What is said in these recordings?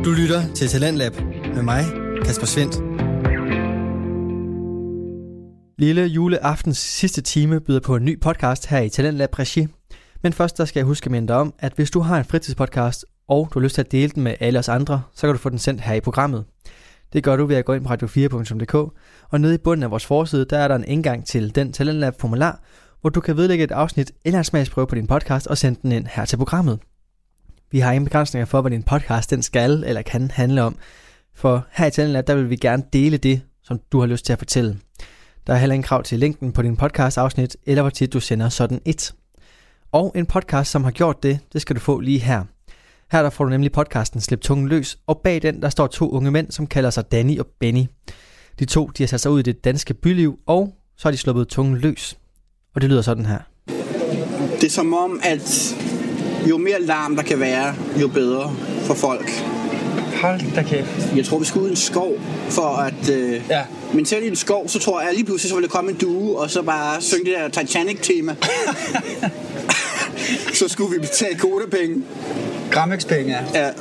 Du lytter til Talentlab med mig, Kasper Svendt. Lille juleaftens sidste time byder på en ny podcast her i Talentlab regi. Men først der skal jeg huske at minde dig om, at hvis du har en fritidspodcast, og du har lyst til at dele den med alle os andre, så kan du få den sendt her i programmet. Det gør du ved at gå ind på radio4.dk, og nede i bunden af vores forside, der er der en indgang til den Talentlab formular, hvor du kan vedlægge et afsnit eller en smagsprøve på din podcast og sende den ind her til programmet. Vi har ingen begrænsninger for, hvad din podcast den skal eller kan handle om, for her i Talentlab, der vil vi gerne dele det, som du har lyst til at fortælle. Der er heller ingen krav til linken på din podcast-afsnit, eller hvor tit du sender sådan et. Og en podcast, som har gjort det, det skal du få lige her. Her der får du nemlig podcasten Slip Tungen Løs, og bag den der står 2 unge mænd, som kalder sig Danny og Benny. De to de har sat sig ud i det danske byliv, og så har de sluppet tungen løs. Og det lyder sådan her. Det er som om, at jo mere larm der kan være, jo bedre for folk. Hold da kæft. Jeg tror, vi skal ud i en skov, for at... Ja. Men selv i en skov, så tror jeg lige pludselig, så vil der komme en due, og så bare synge det der Titanic-tema. Så skulle vi betale kodepenge. Grammexpenge, ja. Ja.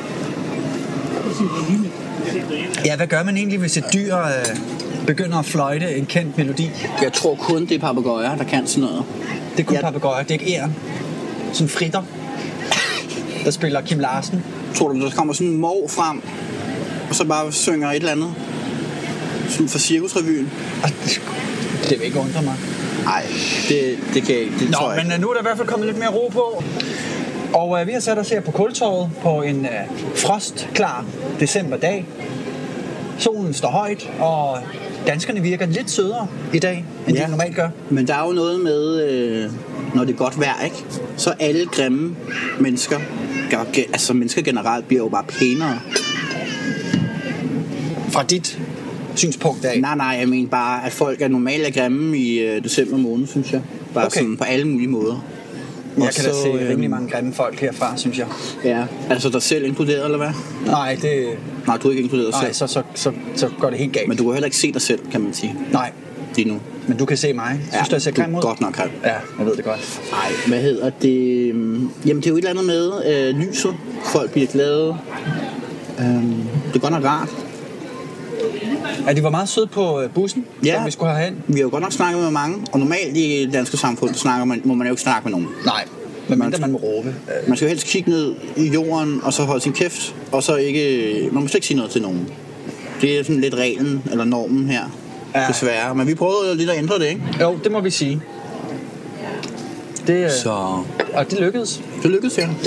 Ja, hvad gør man egentlig, hvis et dyr begynder at fløjte en kendt melodi? Jeg tror kun, det er papegøjer, der kan sådan noget. Det er kun papegøjer, det er ikke æren. Sådan fritter, der spiller Kim Larsen. Tror du, der kommer sådan en mor frem, og så bare synger et eller andet? Sådan fra Cirkusrevyen. Det vil ikke undre mig. Nej, det kan jeg ikke. Det tror jeg men ikke. nu er der i hvert fald kommet lidt mere ro på. Og vi har sat os her på Kultorvet på en frostklar decemberdag. Solen står højt, og danskerne virker lidt sødere i dag, end de normalt gør. Men der er jo noget med, når det er godt vejr, ikke? Så alle grimme mennesker, altså mennesker generelt, bliver jo bare pænere. Fra dit synspunkt af? Nej, jeg mener bare, at folk er normalt grimme i december måned, synes jeg. Bare okay. Sådan på alle mulige måder. Jeg kan da se rimelig mange grimme folk herfra, synes jeg. Ja, altså dig selv inkluderet, eller hvad? Nej, du er ikke inkluderet dig selv. Så går det helt galt. Men du kan heller ikke se dig selv, kan man sige. Nej. Lige nu. Men du kan se mig. Synes du, jeg ser grim ud? Godt nok grim. Ja, jeg ved det godt. Nej, hvad hedder det? Jamen, det er jo et eller andet med lyset. Folk bliver glade. Det er godt nok rart. Ja, de var meget søde på bussen, som vi skulle have hen. Vi har jo godt nok snakket med mange, og normalt i det danske samfund må man jo ikke snakke med nogen. Nej, medmindre man må råbe. Man skal jo helst kigge ned i jorden, og så holde sin kæft, og så ikke... Man må slet ikke sige noget til nogen. Det er sådan lidt reglen, eller normen her, desværre. Men vi prøvede lidt at ændre det, ikke? Jo, det må vi sige. Og det lykkedes. Det lykkedes, ja.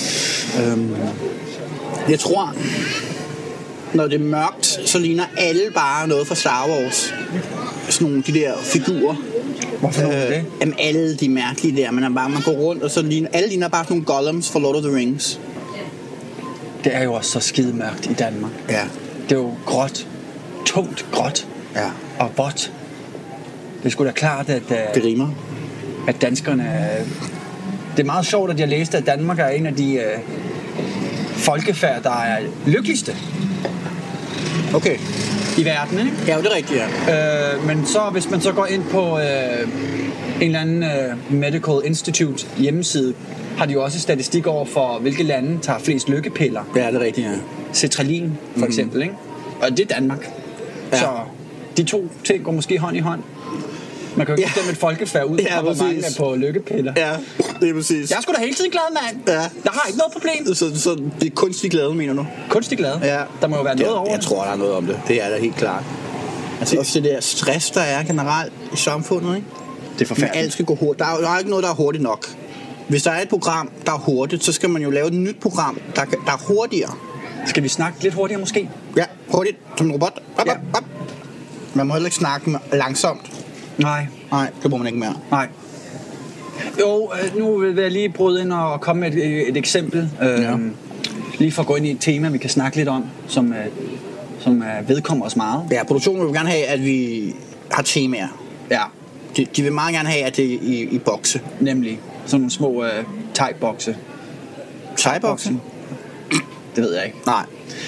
Jeg tror... Når det er mørkt, så ligner alle bare noget fra Star Wars. Sådan nogle de der figurer. Hvorfor det? Jamen alle de mærkelige der. Man går rundt, og så ligner alle ligner bare sådan nogle golems fra Lord of the Rings. Det er jo også så skide mørkt i Danmark. Ja. Det er jo gråt. Tungt gråt. Ja. Og vådt. Det er sgu da klart, at... Det rimer. At danskerne... Det er meget sjovt, at jeg læste, at Danmark er en af de folkefærd, der er lykkeligste. Okay. I verden, ikke? Ja, det er rigtigt, ja. Men så, hvis man så går ind på en eller anden Medical Institute hjemmeside, har de jo også statistik over for, hvilke lande tager flest lykkepiller. Ja, det er rigtigt, ja. Cetralin, for eksempel, ikke? Og det er Danmark. Ja. Så de to ting går måske hånd i hånd. Man kan jo ikke stemme et folkefærd ud fra, hvor mange er på lykkepiller. Ja, det er præcis. Jeg er sgu da hele tiden glad, mand. Ja. Der har ikke noget problem. Så det er kunstigt glade, mener du? Kunstigt glade? Ja. Der må jo være noget over Jeg tror, der er noget om det. Det er da helt klart. Altså også det der stress, der er generelt i samfundet, ikke? Det er forfærdeligt. Men alt skal gå hurtigt. Der er ikke noget, der er hurtigt nok. Hvis der er et program, der er hurtigt, så skal man jo lave et nyt program, der er hurtigere. Skal vi snakke lidt hurtigere måske? Ja, hurtigt. Som en robot. Op. Man må heller ikke snakke langsomt. Nej, det må man ikke mere. Nej. Jo, nu vil jeg lige bryde ind og komme med et eksempel. Lige for at gå ind i et tema, vi kan snakke lidt om, som vedkommer os meget. Ja, produktionen vil gerne have, at vi har temaer. Ja. De vil meget gerne have, at det er i bokse. Nemlig sådan nogle små thai-bokse. Thai-bokse? Det ved jeg ikke. Nej.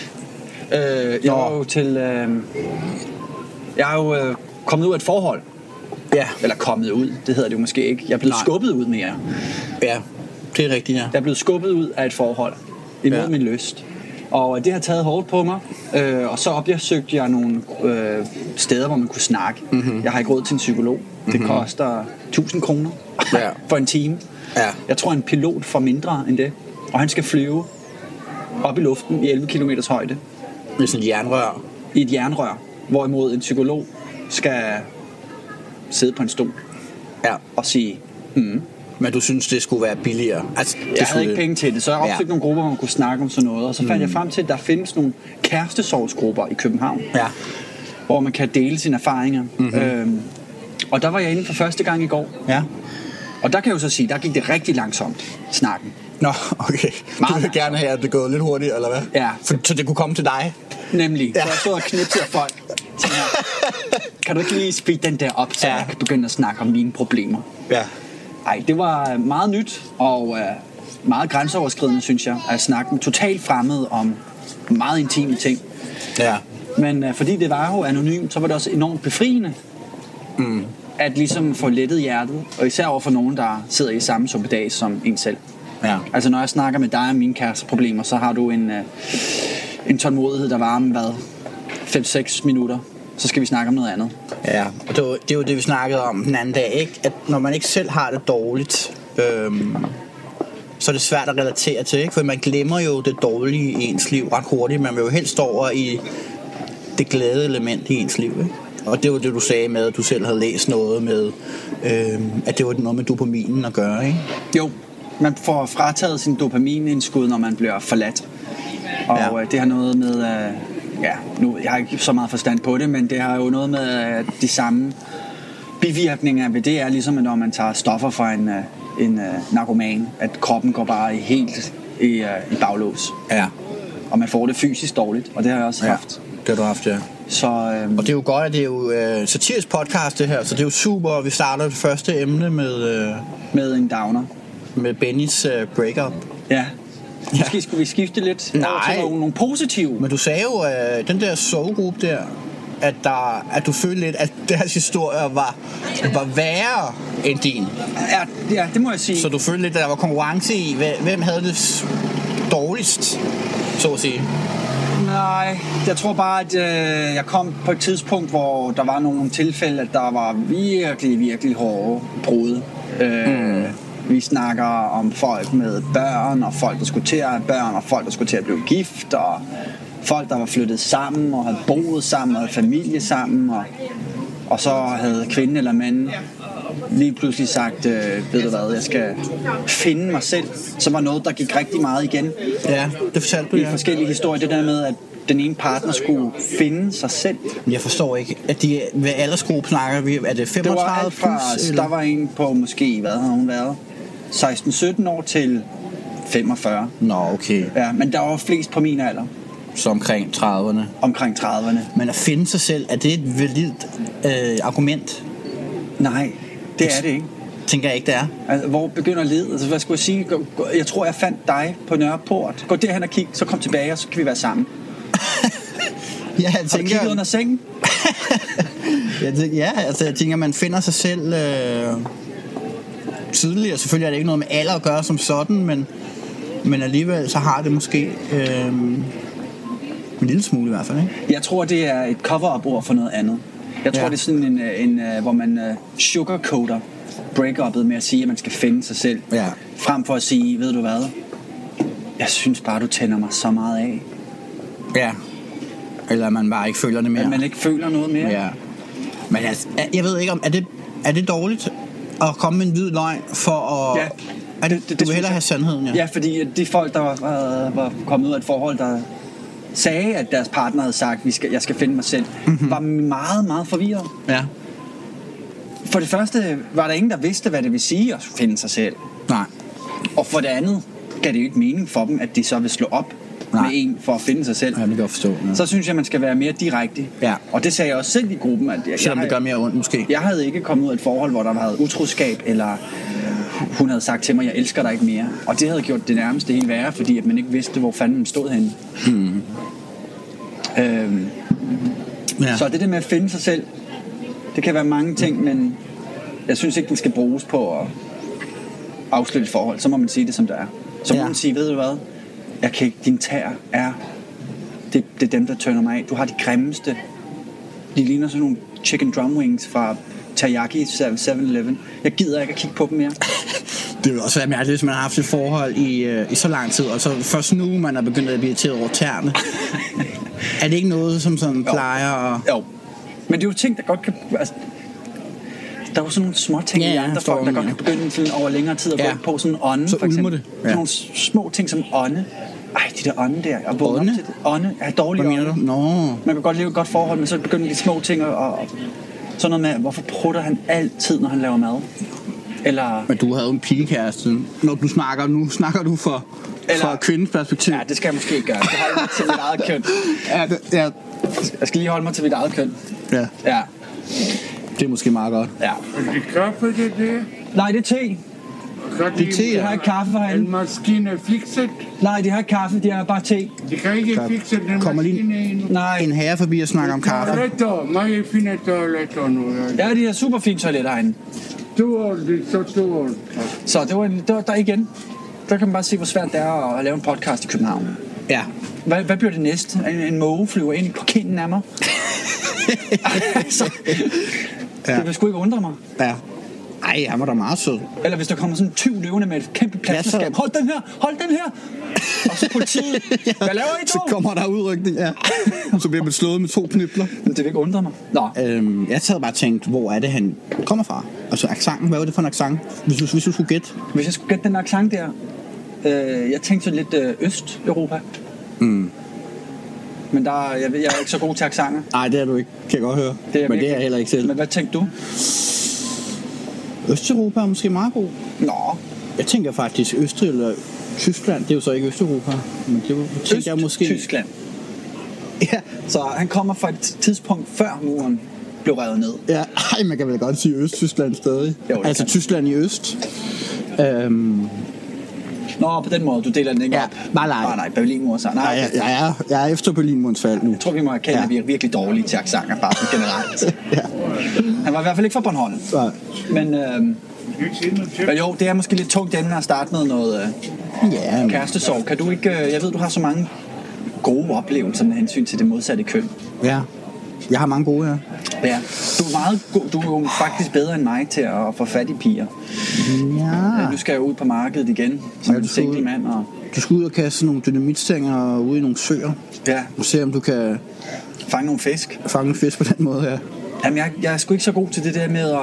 Jeg er jo kommet ud af et forhold. Ja. Eller kommet ud, det hedder det jo måske ikke. Jeg er blevet skubbet ud mere. Ja, det er rigtigt, ja. Jeg er blevet skubbet ud af et forhold imod min lyst. Og det har taget hårdt på mig. Og så opsøgte jeg nogle steder, hvor man kunne snakke. Jeg har ikke råd til en psykolog. Det koster 1.000 kroner for en time. Ja. Jeg tror, en pilot får mindre end det. Og han skal flyve op i luften i 11 km højde. Med sådan et jernrør. I et jernrør. Hvorimod en psykolog skal sidde på en stol og sige... Men du synes, det skulle være billigere? Altså, jeg havde ikke penge til det, så jeg opsøgte nogle grupper, hvor man kunne snakke om sådan noget. Og så fandt jeg frem til, at der findes nogle kærestesorgsgrupper i København, hvor man kan dele sine erfaringer. Og der var jeg inde for første gang i går. Ja. Og der kan jeg jo så sige, der gik det rigtig langsomt, snakken. Nå, okay. Du vil gerne have, at det går lidt hurtigt, eller hvad? Ja. Så det kunne komme til dig? Nemlig. Så jeg stod og knipsede af folk. Kan du ikke lige speede den der op, så jeg kan begynde at snakke om mine problemer? Ja. Ej, det var meget nyt og meget grænseoverskridende, synes jeg, at snakke totalt fremmed om meget intime ting. Ja. Men fordi det var jo anonymt, så var det også enormt befriende at ligesom få lettet hjertet, og især over for nogen, der sidder i samme suppedas som en selv. Ja. Altså når jeg snakker med dig om mine kæresteproblemer, så har du en tålmodighed, der varer med 5-6 minutter. Så skal vi snakke om noget andet. Ja, og det er jo det, vi snakkede om den anden dag, ikke? At når man ikke selv har det dårligt, så er det svært at relatere til, ikke? For man glemmer jo det dårlige i ens liv ret hurtigt. Man vil jo helst over i det glade element i ens liv, ikke? Og det var det, du sagde med, at du selv havde læst noget med, at det var noget med dopaminen at gøre, ikke? Jo, man får frataget sin dopaminindskud, når man bliver forladt. Og det har noget med... nu, jeg har ikke så meget forstand på det, men det har jo noget med de samme bivirkninger ved det er ligesom, når man tager stoffer fra en narkoman, at kroppen går bare helt i baglås. Ja. Og man får det fysisk dårligt, og det har jeg også haft. Det har du haft, ja. Så, og det er jo godt, at det er jo satirisk podcast det her, så det er jo super, og vi starter det første emne med en downer. Med Bennys breakup. Ja. Måske skulle vi skifte lidt over til nogle positive. Men du sagde jo, den der sorggruppe der, at du følte lidt, at deres historie var værre end din. Ja, det må jeg sige. Så du følte lidt, at der var konkurrence i, hvem havde det dårligst, så at sige? Nej, jeg tror bare, at jeg kom på et tidspunkt, hvor der var nogle tilfælde, at der var virkelig, virkelig hårde brud. Vi snakker om folk med børn, og folk, der skulle til at have børn, og folk, der skulle til at blive gift, og folk, der var flyttet sammen, og havde boet sammen, og havde familie sammen, og så havde kvinden eller manden lige pludselig sagt, ved du hvad, jeg skal finde mig selv. Så var noget, der gik rigtig meget igen. Ja, det fortalte du, i forskellige historier. Det der med, at den ene partner skulle finde sig selv. Jeg forstår ikke, at ved aldersgruppe snakker vi, er det 35 det var alt fra, plus? Der var en på måske, hvad har hun været? 16-17 år til 45. Nå, okay. Ja, men der var flest på min alder. Så omkring 30'erne. Omkring 30'erne. Men at finde sig selv, er det et validt argument? Nej, det er det ikke. Tænker jeg ikke, det er. Altså, hvor begynder ledet? Altså, hvad skulle jeg sige? Jeg tror, jeg fandt dig på Nørreport. Gå derhen og kig, så kom tilbage, og så kan vi være sammen. Ja, jeg tænker... Har du kigget under sengen? jeg tænker, man finder sig selv tidligere. Selvfølgelig er det ikke noget med alder at gøre som sådan, men alligevel så har det måske en lille smule i hvert fald, ikke? Jeg tror, det er et cover-up-ord for noget andet. Jeg tror, det er sådan en hvor man sugarcoater break-up'et med at sige, at man skal finde sig selv. Ja. Frem for at sige, ved du hvad? Jeg synes bare, du tænder mig så meget af. Ja. Eller man bare ikke føler det mere. At man ikke føler noget mere. Ja. Men altså, jeg ved ikke om, er det dårligt at komme med en hvid løgn for at... Ja. Du vil hellere have sandheden, ja. Ja, fordi de folk, der var kommet ud af et forhold, der sagde, at deres partner havde sagt, jeg skal finde mig selv, var meget, meget forvirret. Ja. For det første var der ingen, der vidste, hvad det vil sige at finde sig selv. Nej. Og for det andet gav det jo ikke mening for dem, at de så vil slå op med en for at finde sig selv. Ja, det kan jeg forstå. Ja. Så synes jeg, man skal være mere direkte. Ja. Og det sagde jeg også selv i gruppen. At selvom det gør mere ondt, måske. Jeg havde ikke kommet ud af et forhold, hvor der havde utroskab, eller hun havde sagt til mig, jeg elsker dig ikke mere. Og det havde gjort det nærmeste helt værre, fordi at man ikke vidste, hvor fanden man stod henne. Så det med at finde sig selv, det kan være mange ting, men jeg synes ikke, den skal bruges på at afslutte et forhold. Så må man sige det, som det er. Så må man sige, ved du hvad? Din tær er Det er dem, der tørner mig af. Du har de grimmeste. De ligner sådan nogle chicken drum wings fra Teriyaki 7-Eleven. Jeg gider ikke at kigge på dem mere. Det vil også være mærkeligt, hvis man har haft et forhold i så lang tid, og så først nu, man er begyndt at blive irriteret over tæerne. Er det ikke noget, som sådan plejer at... Jo. Men det er jo ting, der godt kan... Altså, der er jo sådan nogle små ting i andre folk, der godt kan begynde sådan over længere tid at gå på sådan en ånde, så for eksempel. det. Ja. Sådan nogle små ting som ånde. Ej, de der ånde der. Og vågne op til det. Ånde er dårlig ånde. Hvad mener du? Nå. Man kan godt leve et godt forhold, men så begynder de små ting og sådan noget med, hvorfor prutter han altid, når han laver mad? Eller... Men du havde jo en pigekæreste. Når du snakker, nu snakker du fra kvindens perspektiv. Ja, det skal jeg måske ikke gøre. Jeg skal holde mig til mit eget køn. Ja. Jeg skal lige holde mig til mit eget køn. Ja. Det er måske meget godt. Ja. Er det kaffe, det der? Nej, det er te. Det er te, De har ikke kaffe herinde. En maskine er fikset. Nej, de har ikke kaffe, de har bare te. De kan ikke fikse den maskine endnu. Nej. En herre forbi og snakker om kaffe. Toiletter, meget fine toiletter nu. Ja, de har super fine toiletter herinde. Så det var der igen. Der kan man bare se, hvor svært det er at lave en podcast i København. Ja. Hvad bliver det næste? En måge flyver ind på kinden af mig? Altså, det vil sgu ikke undre mig. Ja. Ej, han var da meget sød. Eller hvis der kommer sådan en 20 løvende med et kæmpe plasmaskab. Hold den her! Og så politiet. Hvad laver I to? Så kommer der udrykning, ja. Så bliver man slået med 2 knibler. Men det vil ikke undre mig. Nå. Jeg havde bare tænkt, hvor er det, han kommer fra? Altså accenten, hvad var det for en accent? Hvis du skulle gætte. Hvis jeg skulle gætte den accent der. Jeg tænkte så lidt Østeuropa. Mm. Men jeg er ikke så god til accenter. Nej, det er du ikke. Kan jeg godt høre. Det er jeg heller ikke selv. Men hvad tænkte du? Østeuropa er måske meget god. Nå. Jeg tænker faktisk Østrig eller Tyskland. Det er jo så ikke Østeuropa. Men det tænker jeg måske... Tyskland. Ja, så han kommer fra et tidspunkt før muren blev revet ned. Ja, man kan vel godt sige Øst-Tyskland stadig. Jo, altså Tyskland i øst. Nå, på den måde, du deler den ikke op. Nej, Berlinmuren så. Nej, jeg er efter Berlinmurens fald nu. Jeg tror, vi må erkende, at vi er virkelig dårlige til accenter, bare generelt. Han var i hvert fald ikke fra Bornholm. Men jo, det er måske lidt tungt emne at starte med noget kærestesorg. Kan du ikke... Jeg ved, du har så mange gode oplevelser med hensyn til det modsatte køn. Ja, jeg har mange gode, Ja, du er meget god. Du er jo faktisk bedre end mig til at få fat i piger. Ja. Nu skal jeg ud på markedet igen som en single mand. Du skal ud og kaste nogle dynamitstænger ude i nogle søer. Ja. Og se, om du kan fange nogle fisk. Fange en fisk på den måde, ja. Jamen, jeg er sgu ikke så god til det der med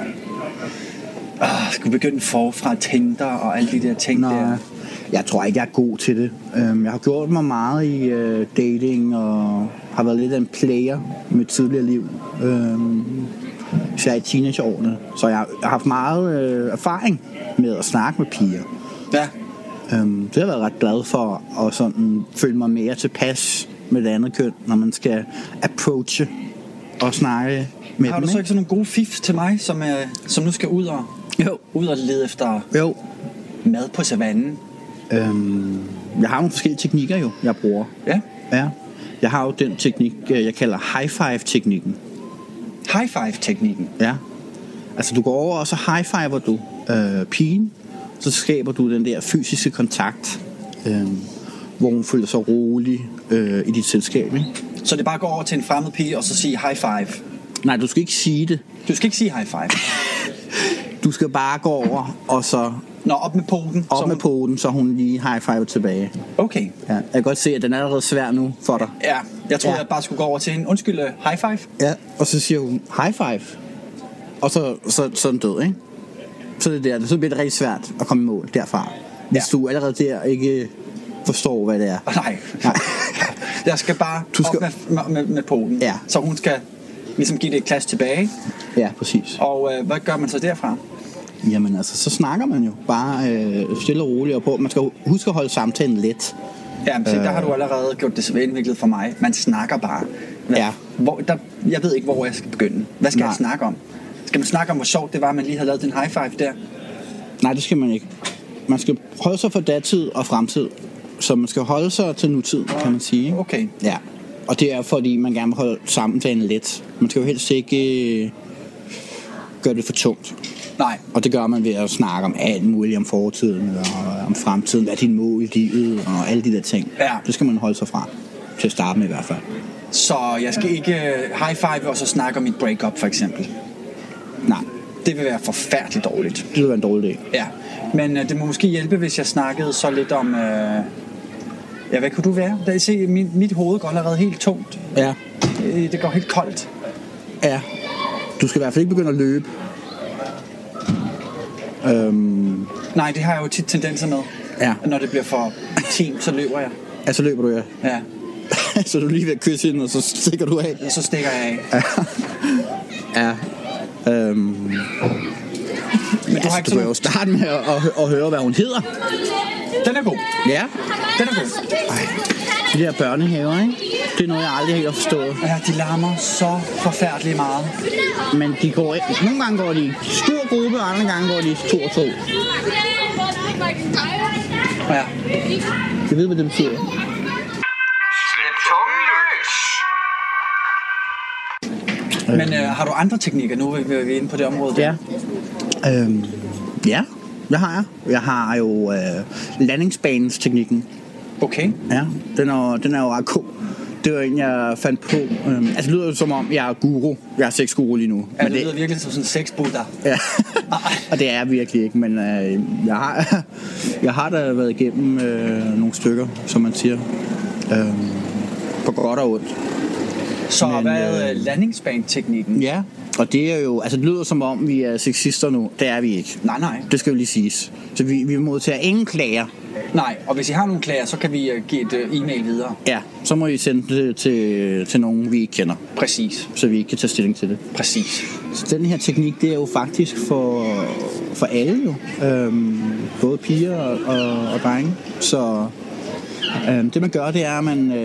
at skulle begynde forfra Tinder og alle de der ting. Der. Jeg tror ikke, jeg er god til det. Jeg har gjort mig meget i dating og har været lidt af en player i mit tidligere liv. Så jeg er i teenageårene. Så jeg har haft meget erfaring med at snakke med piger. Ja. Det har jeg været ret glad for at sådan føle mig mere tilpas med det andet køn, når man skal approache og snakke med dem. Har du så ikke sådan nogle gode fifs til mig, som nu skal ud og lede efter mad på savannen? Jeg har nogle forskellige teknikker jo, jeg bruger. Ja. Jeg har jo den teknik, jeg kalder high five teknikken. High five teknikken? Ja. Altså du går over og så high fiver du pigen, så skaber du den der fysiske kontakt, hvor hun føler sig rolig i dit selskab, ikke? Så det bare går over til en fremmed pige og så sige high five? Nej, du skal ikke sige det. Du skal ikke sige high five? Du skal bare gå over og så... op med poten. Med poten, så hun lige high five tilbage. Okay. Ja, jeg kan godt se, at den er allerede svær nu for dig. Ja, jeg troede, jeg bare skulle gå over til en undskyld high five. Ja, og så siger hun high five. Og så er den død, ikke? Så så bliver det rigtig svært at komme i mål derfra. Hvis du allerede der ikke forstår, hvad det er. Nej. Jeg skal bare op med poten. Ja. Så hun skal ligesom give det et klass tilbage. Ja, præcis. Og hvad gør man så derfra? Jamen altså, så snakker man jo bare stille og roligt og på. Man skal huske at holde samtalen let. Ja, men der har du allerede gjort det så indviklet for mig. Man snakker bare. Jeg ved ikke, hvor jeg skal begynde. Hvad skal jeg snakke om? Skal man snakke om, hvor sjovt det var, at man lige havde lavet den high five der? Nej, det skal man ikke. Man skal holde sig for datid og fremtid. Så man skal holde sig til nutid, kan man sige. Okay. Ja. Og det er fordi, man gerne vil holde samtalen let. Man skal jo helst ikke gøre det for tungt. Nej. Og det gør man ved at snakke om alt muligt, om fortiden og om fremtiden, hvad er din mål i livet og alle de der ting. Ja. Det skal man holde sig fra. til at starte med i hvert fald. Så jeg skal ikke high five og så snakke om mit breakup for eksempel. Nej, Det vil være forfærdeligt dårligt. det vil være en dårlig dag. Ja, men det må måske hjælpe, hvis jeg snakkede så lidt om... Ja, hvad kunne du være? Da I se, mit hoved går allerede helt tungt. Ja. Det går helt koldt. Ja. Du skal i hvert fald ikke begynde at løbe. Nej, det har jeg jo tit tendenser med. Ja. Når det bliver for intimt, så løber jeg. Ja, så løber du, ja. Ja, Så er du lige ved at kysse hende, og så stikker du af. og så stikker jeg af. Ja. Men du har ikke du kan jo starte med at høre, hvad hun hedder. Den er god. Ja. Den er god. De der børnehaver, ikke? Det er noget, jeg aldrig helt har forstået. Ja, de larmer så forfærdeligt meget. Men de går ikke. Nogle gange går de i stor gruppe, og andre gange går de 2 og 2. Ja. Jeg ved, hvad det betyder. Men har du andre teknikker nu, vi er inde på det område? Ja. Ja, det har jeg. Jeg har jo landingsbanes-teknikken. Okay. Ja, den er jo ret god. Det var en, jeg fandt på. Altså, det lyder jo som om, jeg er guru. Jeg er sexguru lige nu. Ja, det lyder virkelig som sådan en sexbuddha. Ja, og det er jeg virkelig ikke. Men jeg har da været igennem nogle stykker, som man siger. På godt og ondt. Så hvad er landingsbaneteknikken? Ja, og det er jo... Altså, det lyder som om, vi er sexister nu. Det er vi ikke. Nej. Det skal jo lige siges. Så vi modtager ingen klager. Nej, og hvis I har nogle klager, så kan vi give et e-mail videre. Ja, så må I sende det til nogen, vi ikke kender. Præcis. Så vi ikke kan tage stilling til det. Præcis. Så den her teknik, det er jo faktisk for alle jo. Både piger og drenge. Så det man gør, det er, at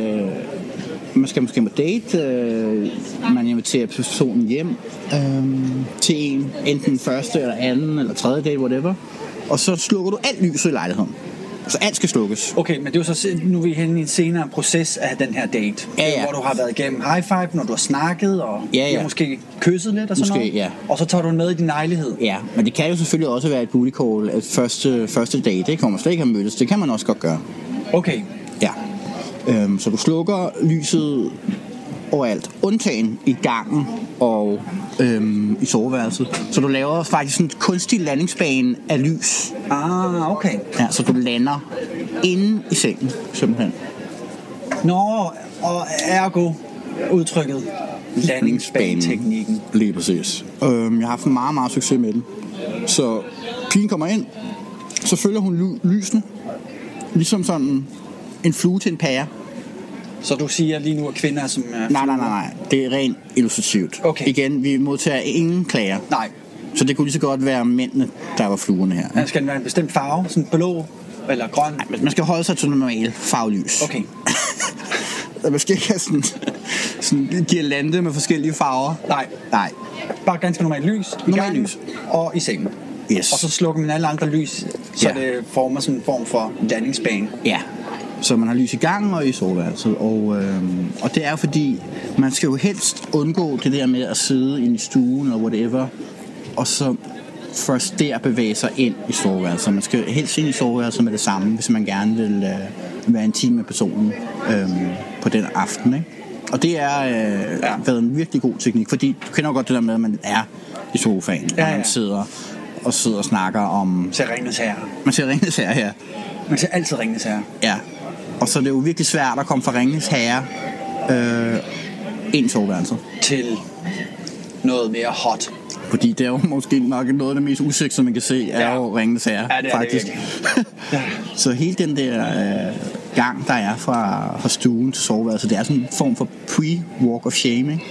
man skal måske på date. Man inviterer personen hjem til en, enten første eller anden eller tredje date, whatever. Og så slukker du alt lyset i lejligheden. Så alt skal slukkes. Okay, men det er jo så, nu er vi henne i en senere proces af den her date. Ja. Hvor du har været igennem high five, når du har snakket, og ja. har måske kysset lidt og sådan noget. Ja. Og så tager du den med i din lejlighed. Ja, men det kan jo selvfølgelig også være et booty call, et første date, ikke? Hvor man slet ikke har mødtes. Det kan man også godt gøre. Okay. Ja. Så du slukker lyset overalt, undtagen i gangen og i soveværelset. Så du laver faktisk en kunstig landingsbane af lys. Ah, okay. Ja, så du lander inde i sengen, simpelthen. Nå, og ergo udtrykket landingsbaneteknikken. Lige præcis. Jeg har haft meget, meget succes med den. Så pigen kommer ind, så følger hun lysene, ligesom sådan en flue til en pære. Så du siger lige nu, at kvinder som... Nej. Det er rent illustrativt. Okay. Igen, vi modtager ingen klager. Nej. Så det kunne lige så godt være mændene, der var fluerne her. Skal den være en bestemt farve? Sådan blå eller grøn? Nej, man skal holde sig til normal farvelys. Okay. Man skal ikke have sådan en girlande med forskellige farver. Nej. Bare ganske normalt lys. Normalt lys. Og i sengen. Yes. Og så slukker man alle andre lys, så det former sådan en form for landingsbane. Ja. Så man har lys i gangen og i soveværelset. Og det er jo fordi, man skal jo helst undgå det der med at sidde inde i stuen eller whatever, og så først der bevæge sig ind i soveværelset. Man skal helst ind i soveværelset med det samme, hvis man gerne vil være intim med personen på den aften, ikke? Og det er været en virkelig god teknik, fordi du kender jo godt det der med, at man er i sofaen, og man sidder og snakker om... Ser Ringenes Herre. Man ser Ringenes Herre, ja. Man ser altid Ringenes Herre. Ja. Og så er det jo virkelig svært at komme fra Ringenes Herre ind i soveværelset. Til noget mere hot. Fordi det er jo måske nok noget af det mest usexede, man kan se, er jo Ringenes Herre, ja, det er faktisk. Det Så hele den der gang, der er fra stuen til soveværelset, det er sådan en form for pre-walk of shame, ikke?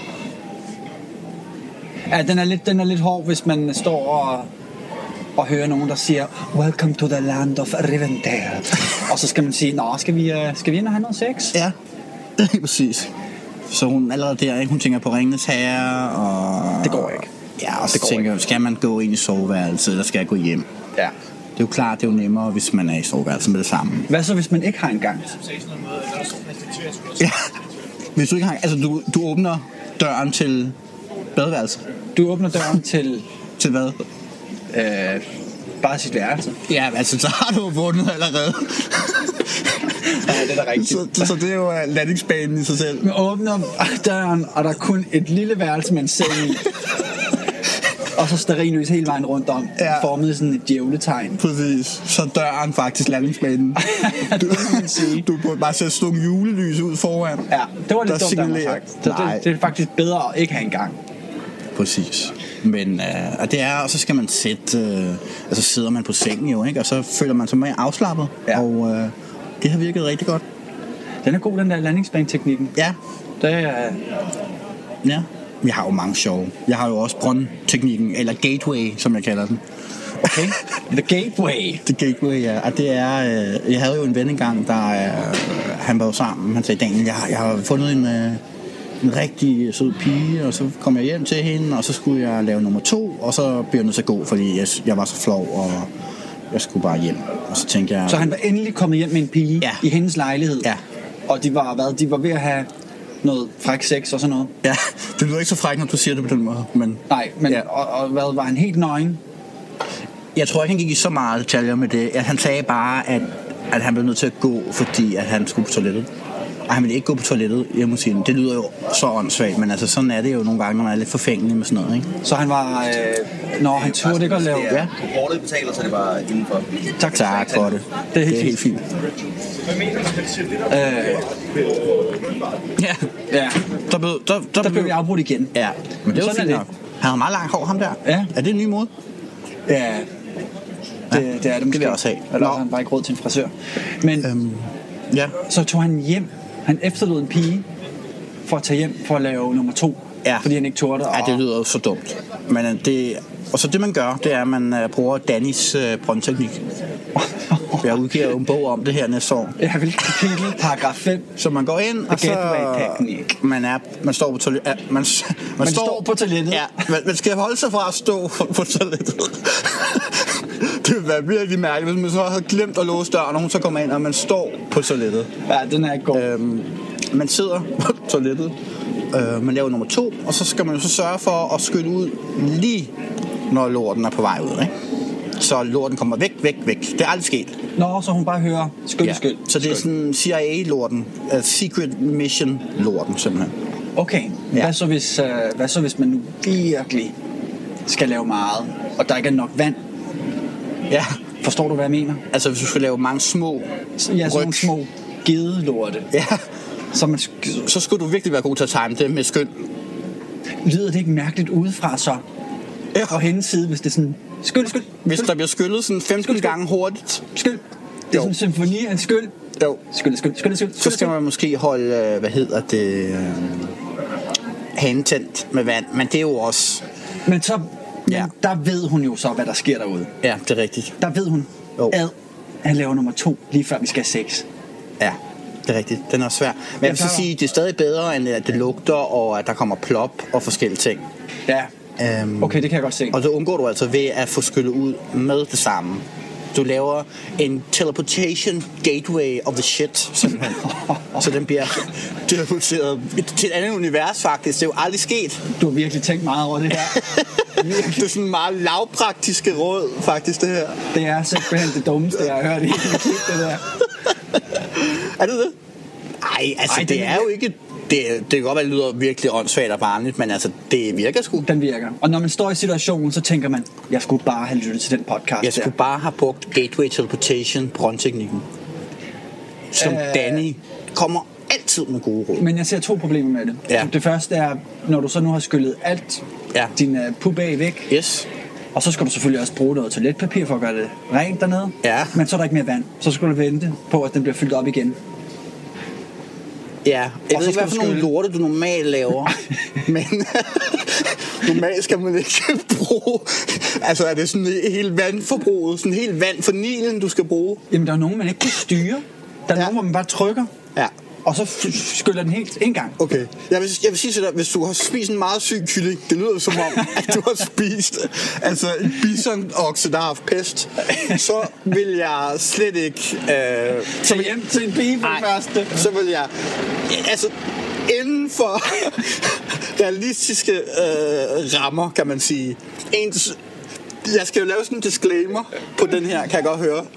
Ja, den er lidt hård, hvis man står og hører nogen, der siger "Welcome to the land of Rivendell." Og så skal man sige, "Nå, skal vi ind og have noget sex?" Ja, det er præcis. Så hun allerede der, ikke? Hun tænker på Ringenes Herre, og... Det går ikke. Ja, og så tænker jeg, skal man gå ind i soveværelset, eller skal jeg gå hjem? Ja. Det er jo klart, det er jo nemmere, hvis man er i soveværelset med det samme. Hvad så, hvis man ikke har en gang? Ja, hvis du ikke har... Altså, du åbner døren til badeværelset. Du åbner døren til... Til hvad? Bare sit værelse. Ja, altså, så har du vundet allerede. det er da rigtigt. Så det er jo landingsbanen i sig selv. Man åbner døren, og der er kun et lille værelse med en seng i. Og så stearinlys hele vejen rundt om, formet sådan et djævletegn. Præcis. Så døren faktisk landingsbanen. Du burde bare sætte sådan nogle julelys ud foran. Ja, det var lidt dumt, der var sagt. Det er faktisk bedre at ikke have en gang. Præcis. Men og det er, og så skal man sætte, altså sidder man på sengen jo, ikke? Og så føler man sig mere afslappet. Ja. Og det har virket rigtig godt. Den er god, den der landingsbaneteknikken. Ja. Det er... Ja. Jeg har jo mange sjove. Jeg har jo også brøndteknikken, eller gateway, som jeg kalder den. Okay. The gateway. The gateway, ja. Og det er, jeg havde jo en ven engang, der han var jo sammen. Han sagde, Daniel, jeg har fundet en rigtig sød pige, og så kom jeg hjem til hende, og så skulle jeg lave nummer 2, og så blev jeg nødt til at gå, fordi jeg var så flov, og jeg skulle bare hjem. Og så tænkte jeg... Så han var endelig kommet hjem med en pige i hendes lejlighed? Ja. Og de var ved at have noget fræk sex og sådan noget? Ja, det lyder ikke så fræk, når du siger det på den måde. Men, nej, men og hvad, var han helt nøgen? Jeg tror ikke, han gik i så meget detaljer med det. Han sagde bare, at han blev nødt til at gå, fordi at han skulle på toilettet. Og han ville ikke gå på toilettet hjemme hos hende. Det lyder jo så åndssvagt, men altså sådan er det jo nogle gange, når man er lidt forfængelig med sådan noget, ikke? Så han var... når han turde ikke at lave... Ja. Kortet betaler, så det var indenfor. Tak for det. Det er helt fint. Ja. Der blev vi afbrudt igen. Ja, men det var fint nok. Han har meget langt hår, ham der. Ja. Er det en ny måde? Ja. Det er det måske. Det vil jeg også have. Eller han bare ikke råd til en frisør. Men så tog han hjem. Han efterlod en pige for at tage hjem for at lave nummer 2. Ja. Fordi han ikke turde. Ja, det lyder jo så dumt. Men og så det man gør, det er, at man bruger Dannys brøndteknik. Jeg udgiver jo en bog om det her næste år. Ja, hvilket kapitel? Paragraf 5. Så man går ind, og så... Man står på toilettet. Man står på toilettet. Ja, man skal holde sig fra at stå på toilettet. Det vil være virkelig mærkeligt, hvis man så havde glemt at låse døren, og hun så kommer ind, og man står på toilettet. Ja, den er ikke god. Man sidder på toilettet. Man laver nummer 2, og så skal man jo så sørge for at skylle ud lige når lorten er på vej ud, ikke? Så lorten kommer væk. Det er aldrig sket. Nå, så hun bare hører skyld. Så det er sådan CIA-lorten, Secret Mission-lorten simpelthen. Okay, ja. Hvad så hvis man nu virkelig skal lave meget, og der ikke er nok vand? Ja. Forstår du, hvad jeg mener? Altså hvis du skal lave mange små sådan nogle små gedelorte. Ja. Så skulle du virkelig være god til at time det med skyld. Lyder det ikke mærkeligt udefra så? Ja. Fra hendes side, hvis det er sådan... Skyld. Hvis der bliver skyllet sådan 15 gange hurtigt. Skyld. Det er sådan en symfoni af en skyld. Jo. Skyld. Så skal man måske holde, hanen tændt med vand. Men det er jo også... Men der ved hun jo så, hvad der sker derude. Ja, det er rigtigt. Der ved hun, at han laver nummer 2, lige før vi skal have sex. Ja, det er rigtigt. Den er svær. Men jeg vil så sige, det er stadig bedre, end at det lugter, og at der kommer plop og forskellige ting. Ja. Okay, det kan jeg godt se. Og så undgår du altså ved at få skyllet ud med det samme. Du laver en teleportation gateway of the shit, simpelthen. Så den bliver teleporteret til et andet univers, faktisk. Det er jo aldrig sket. Du har virkelig tænkt meget over det her. Det er sådan meget lavpraktiske råd, faktisk, det her. Det er simpelthen det dummeste, jeg har hørt i hele det der. Er det det? Ej, altså det er jo ikke... Det kan godt være, det lyder virkelig åndssvagt og barnligt, men altså, det virker sgu. Den virker. Og når man står i situationen, så tænker man, jeg skulle bare have lyttet til den podcast. Jeg skulle bare have brugt Gateway Teleportation, brøndteknikken. Som Danny kommer altid med gode råd. Men jeg ser 2 problemer med det. Ja. Det første er, når du så nu har skyllet alt din pup af væk. Yes. Og så skal du selvfølgelig også bruge noget toiletpapir for at gøre det rent dernede. Ja. Men så er der ikke mere vand. Så skal du vente på, at den bliver fyldt op igen. Ja, jeg ved ikke, hvad for nogle lorte du normalt laver. Men normalt skal man ikke bruge... Altså er det sådan hele vandforbruget, sådan helt vand for Nilen, du skal bruge? Jamen der er nogen, man ikke kan styre. Der er nogen, hvor man bare trykker. Ja. Og så skyller den helt en gang. Okay. Jeg vil sige til dig, hvis du har spist en meget syg kylling, det lyder som om, at du har spist en bisonokse, der har haft pest, så vil jeg slet ikke... så hjem til en pige for det første. Så vil jeg... Altså, inden for realistiske rammer, kan man sige. Jeg skal jo lave sådan en disclaimer på den her, kan jeg godt høre.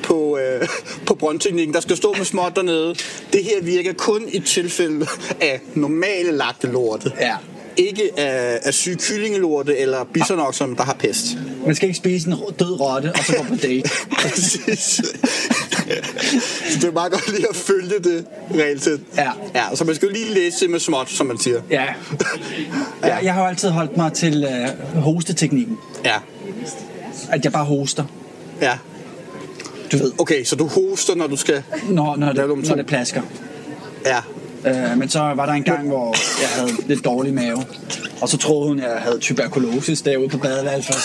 på brøndteknikken. Der skal stå med småt dernede. Det her virker kun i tilfælde af normale lagte lorte. Ja. Ikke af syge kyllingelorte eller bisonokser, der har pest. Man skal ikke spise en død rotte, og så gå på date. Præcis. Så det er meget godt lige at følge det regelsæt. Ja, så man skal jo lige læse med småt, som man siger. Ja. Jeg har jo altid holdt mig til hosteteknikken. Ja. At jeg bare hoster. Ja. Du ved. Okay, så du hoster, når du skal... Når det plasker. Ja. Men så var der en gang, hvor jeg havde lidt dårlig mave. Og så troede hun, at jeg havde tuberkulosis derude på badeværelset.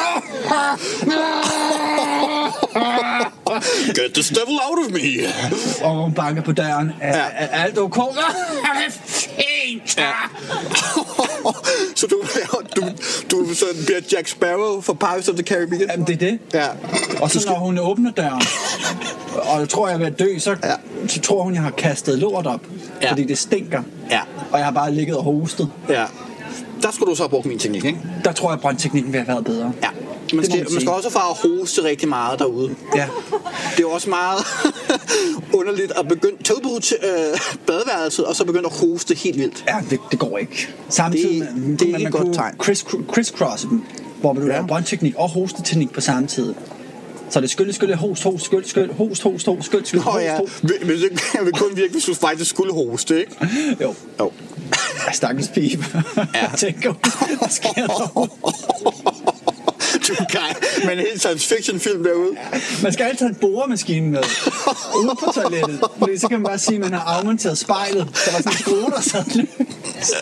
Get this devil out of me. Og hun banker på døren. Er alt okay? Fint. Ja. Så du sådan bliver Jack Sparrow for Pirates of the Caribbean? Jamen, det er det. Ja. Og så når hun åbner døren, og jeg tror, jeg er ved at dø, så tror hun, jeg har kastet lort op. Ja. Fordi det stinker. Ja. Og jeg har bare ligget og hostet. Ja. Der skulle du så have brugt min teknik, ikke? Der tror jeg, brøndteknikken vil have været bedre. Ja. Man skal også fare hoste rigtig meget derude. Ja. Det er jo også meget underligt at begynde at tage ud til badeværelset, og så begynde at hoste helt vildt. Ja, det går ikke. Samtidig det er ikke et godt tegn. Crisscrosse dem, hvor du laver brøndteknik og hosteteknik på samme tid. Så det skyld, host, skyld, host, skyld, Nå ja, men det vil kun virke, hvis du faktisk skulle hoste, ikke? Jo. Jeg stakkels pibe. Ja. Jeg tænker, hvad sker der? Du kan, men en helt science fiction film derude. Ja. Man skal altid have en boremaskine med ude på toilettet, fordi så kan man bare sige, at man har afmonteret spejlet. Der var sådan en skrue, der sad løs.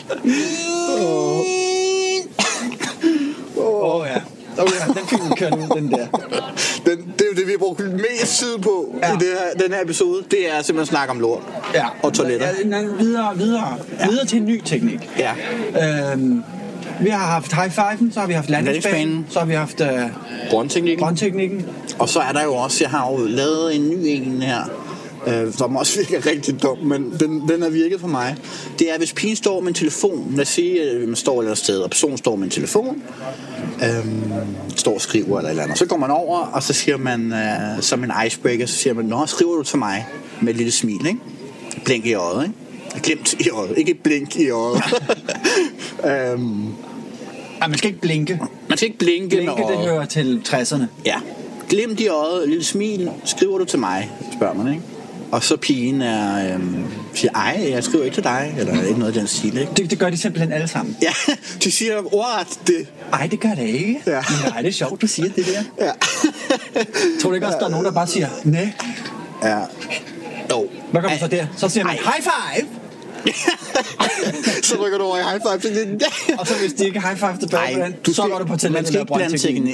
Ja. Okay, den film kører nu, den der. Det er jo det, vi har brugt mest tid på i den her episode. Det er simpelthen snak om lort og toiletter. Videre til en ny teknik. Ja. Vi har haft high-fiven, så har vi haft landingsbanen, så har vi haft brøndteknikken. Og så er der jo også, jeg har jo lavet en ny en her, som også virker rigtig dum, men den har virket for mig. Det er, hvis pigen står med en telefon, lad os sige, at man står et eller andet sted, og personen står med en telefon, står og skriver eller et eller andet. Så går man over, og så siger man, som en icebreaker, så siger man, nå, skriver du til mig med et lille smil, ikke? Blink i øjet, ikke? Glimt i øjet, ikke blink i øjet. Man skal ikke blinke. Man skal ikke blinke med øjet. Det hører til 60'erne. Ja. Glimt i øjet, et lille smil, skriver du til mig, spørger man, ikke? Og så pigen siger, ej, jeg skriver ikke til dig, eller ikke noget af den stil, ikke? Det gør de simpelthen alle sammen. Ja, de siger ordret det. Ej, det gør det ikke. Ja. Men nej, det er sjovt, du siger det der. Ja. Tror du ikke også, der er nogen, der bare siger, nej? Ja. Jo. Hvad gør man så der? Så siger man, high five! Så rykker du over i high five. Og så hvis de ikke high five tilbage, så går du på talentet og brøndteknik.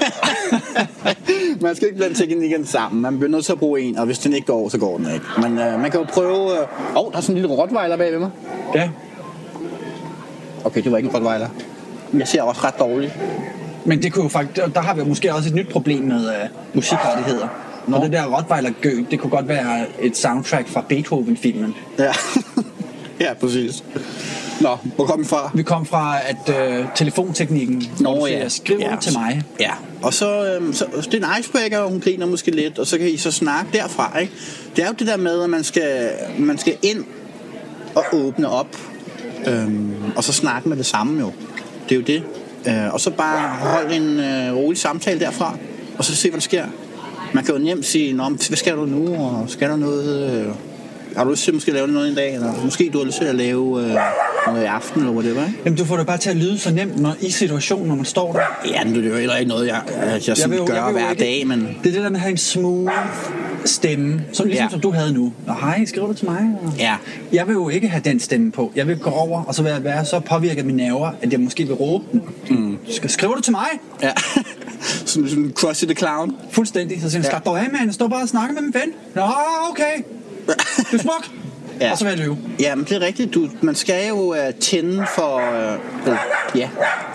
Man skal ikke blande teknikken sammen. Man bliver nødt til at bruge en, og hvis den ikke går, så går den ikke. Men man kan jo prøve... der er sådan en lille rottweiler bag ved mig. Ja. Okay, det var ikke en rottweiler. Jeg ser også ret dårligt. Men det kunne jo faktisk... Der har vi måske også et nyt problem med musikrettigheder. Og det der rottweiler-gø, det kunne godt være et soundtrack fra Beethoven-filmen. Ja. Ja, præcis. Nå, hvor kom vi fra? Vi kom fra, at telefonteknikken, skriver til mig. Ja, og så det er en icebreaker, og hun griner måske lidt, og så kan I så snakke derfra, ikke? Det er jo det der med, at man skal ind og åbne op, og så snakke med det samme jo. Det er jo det. Og så bare holde en rolig samtale derfra, og så se, hvad der sker. Man kan jo nemt sige, nå, hvad skal du nu, og skal der noget... Har du lyst til måske at lave noget en dag, eller måske du har lyst til at lave noget i aften, eller whatever, ikke? Jamen, du får det bare til at lyde så nemt i situationen, når man står der. Ja, men det er jo heller ikke noget, jeg gør hver dag, men... Det er det der med at have en smooth stemme, ligesom som du havde nu. Og hej, skriver du til mig? Ja. Jeg vil jo ikke have den stemme på. Jeg vil gå over, og så vil jeg være så påvirket af mine nerver, at jeg måske vil råbe den. Skriver du til mig? Ja. Sådan Krusty the Clown. Fuldstændig. Så siger jeg, slap dog af, mand. Stå bare og snakke med min ven. Nå, okay. Du er smuk. Ja. Og så vil jeg løbe. Ja, men det er rigtigt. Man skal jo tænde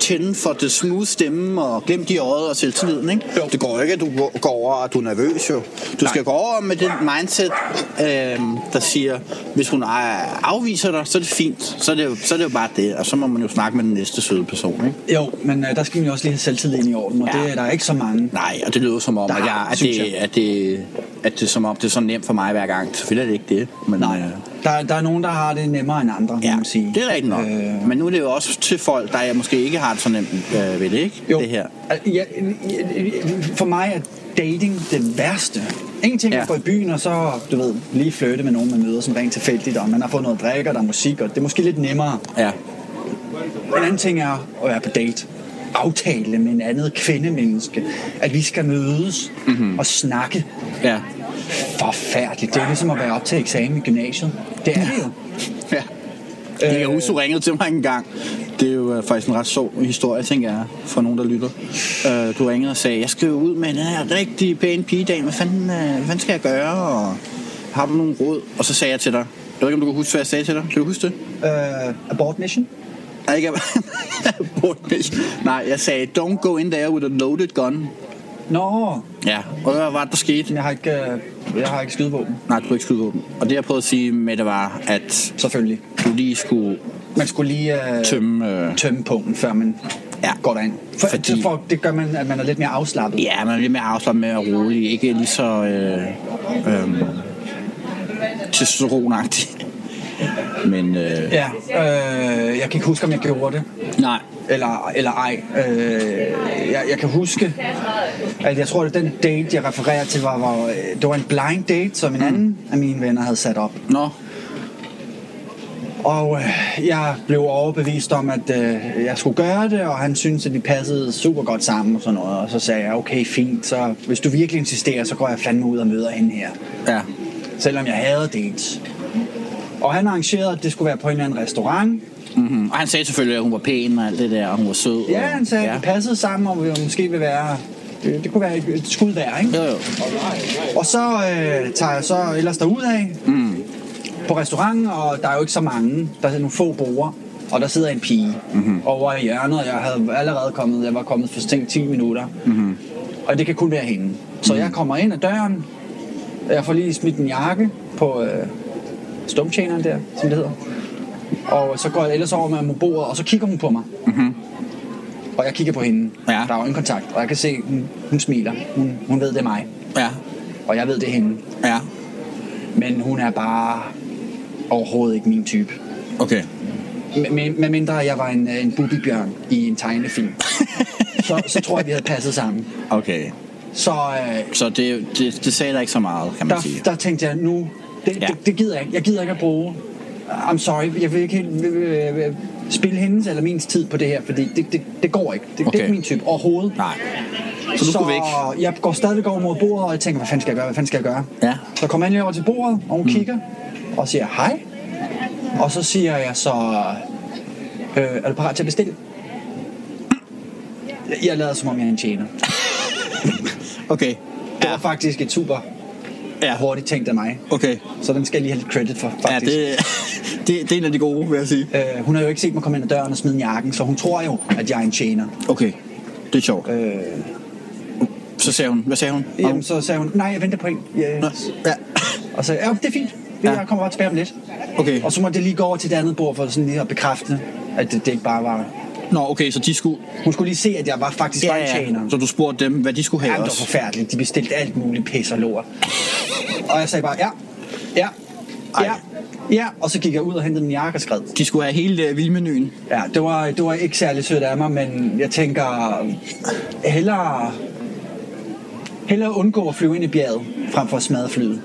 tænde for det smooth stemme og glem de øjet og selvtilliden, ikke? Jo. Det går ikke, at du går over, og du er nervøs jo. Du skal gå over med det mindset, der siger, hvis hun afviser dig, så er det fint. Så er det jo bare det, og så må man jo snakke med den næste søde person, ikke? Jo, men der skal man jo også lige have selvtilliden i orden, og det er der ikke så mange. Nej, og det lyder som om, at det er som om, det er så nemt for mig hver gang. Selvfølgelig er det ikke det. Men, nej, der er nogen, der har det nemmere end andre, må man sige. Det er rigtigt nok. Men nu er det jo også til folk, der måske ikke har det så nemt ved det, ikke? Jo. Det her. For mig er dating det værste. Ingenting at gå i byen og så, du ved, lige flytte med nogen, man møder som rent tilfældigt, og man har fået noget at drikke, og der er musik, og det er måske lidt nemmere. Ja. En anden ting er at være på date. Aftale med en andet kvindemenneske, at vi skal mødes og snakke. Ja. Forfærdeligt. Det er ligesom at være op til eksamen i gymnasiet. Det er det jo. Ja. Jeg kan huske, du ringede til mig en gang. Det er jo faktisk en ret sjov historie, tænker jeg, for nogen, der lytter. Du ringede og sagde, jeg skal jo ud med en rigtig pæn pigedag. Hvad fanden skal jeg gøre? Og har du nogen råd? Og så sagde jeg til dig, jeg ved ikke, om du kan huske, hvad jeg sagde til dig. Kan du huske det? Abort mission? Ikke abort mission. Nej, jeg sagde, don't go in there with a loaded gun. Nå. Ja, og hvad var det, der skete? Jeg har ikke skydevåben. Nej, du har ikke skydevåben. Og det, jeg prøvede at sige med det, var, at selvfølgelig du lige skulle... Man skulle lige tømme pungen, før man går derind. For det gør man, at man er lidt mere afslappet. Ja, man er lidt mere afslappet, mere rolig. Ikke lige så testosteronagtig. Men jeg kan ikke huske, om jeg gjorde det. Nej. Eller ej. Jeg kan huske, at jeg tror, at den date, jeg refererer til, det var en blind date, som en anden af mine venner havde sat op. Nå. Og jeg blev overbevist om, at jeg skulle gøre det, og han syntes, at vi passede super godt sammen og sådan noget. Og så sagde jeg, okay, fint, så hvis du virkelig insisterer, så går jeg fandme ud og møder hende her. Ja. Selvom jeg havde dates. Og han arrangerede, at det skulle være på en eller anden restaurant. Mm-hmm. Og han sagde selvfølgelig, at hun var pæn og alt det der, og hun var sød. Ja, han sagde, at vi passede sammen, og vi måske vil være... Det kunne være et skud værd, ikke? Jo. Og så tager jeg så ellers derudad på restauranten, og der er jo ikke så mange. Der er nogle få borde, og der sidder en pige over i hjørnet, og jeg havde allerede jeg var kommet for 10 minutter. Mm-hmm. Og det kan kun være hende. Så jeg kommer ind ad døren, jeg får lige smidt en jakke på stumtjeneren der, som det hedder. Og så går jeg ellers over med bordet, og så kigger hun på mig. Mm-hmm. Og jeg kigger på hende. Ja. Der er jo ingen kontakt, og jeg kan se, at hun smiler. Hun ved, det er mig. Ja. Og jeg ved, det er hende. Ja. Men hun er bare overhovedet ikke min type. Okay. Med mindre jeg var en bubibjørn i en tegnefilm. så tror jeg, vi havde passet sammen. Okay. Så det sagde der ikke så meget, kan man sige. Der tænkte jeg, nu... Det gider jeg ikke. Jeg gider ikke at bruge... I'm sorry, jeg vil ikke helt spille hendes eller min tid på det her, fordi det går ikke. Det er ikke min type overhovedet. Nej. Så du skulle væk? Jeg går stadigvæk over mod bordet, og jeg tænker, hvad fanden skal jeg gøre? Ja. Så kommer jeg lige over til bordet, og hun kigger og siger hej. Og så siger jeg så, er du parat til at bestille? Jeg lader som om jeg er en tjener. Okay. Det var faktisk et super hurtigt tænkt af mig. Okay. Så den skal jeg lige have lidt credit for, faktisk. Ja, det er en af de gode, vil jeg sige. Hun har jo ikke set mig komme ind ad døren og smide jakken, så hun tror jo, at jeg er en tjener. Okay, det er sjovt. Så sagde hun, hvad sagde hun? Jamen, så sagde hun, nej, jeg venter på en. Ja. Og så sagde det er fint. Jeg kommer bare tilbage om lidt. Okay. Og så måtte jeg lige gå over til det andet bord, for sådan lige at bekræfte, at det ikke bare var... Nå, okay, så de skulle... Hun skulle lige se, at jeg faktisk var en tjener. Så du spurgte dem, hvad de skulle have også? Ja, det var forfærdeligt. De bestilte alt muligt pis og lort. Og jeg sagde bare, ja. Og så gik jeg ud og hentede min jakke og skred. De skulle have hele vildmenuen? Ja, det var ikke særlig sødt af mig, men jeg tænker, hellere undgå at flyve ind i bjerget, frem for at smadre flyet.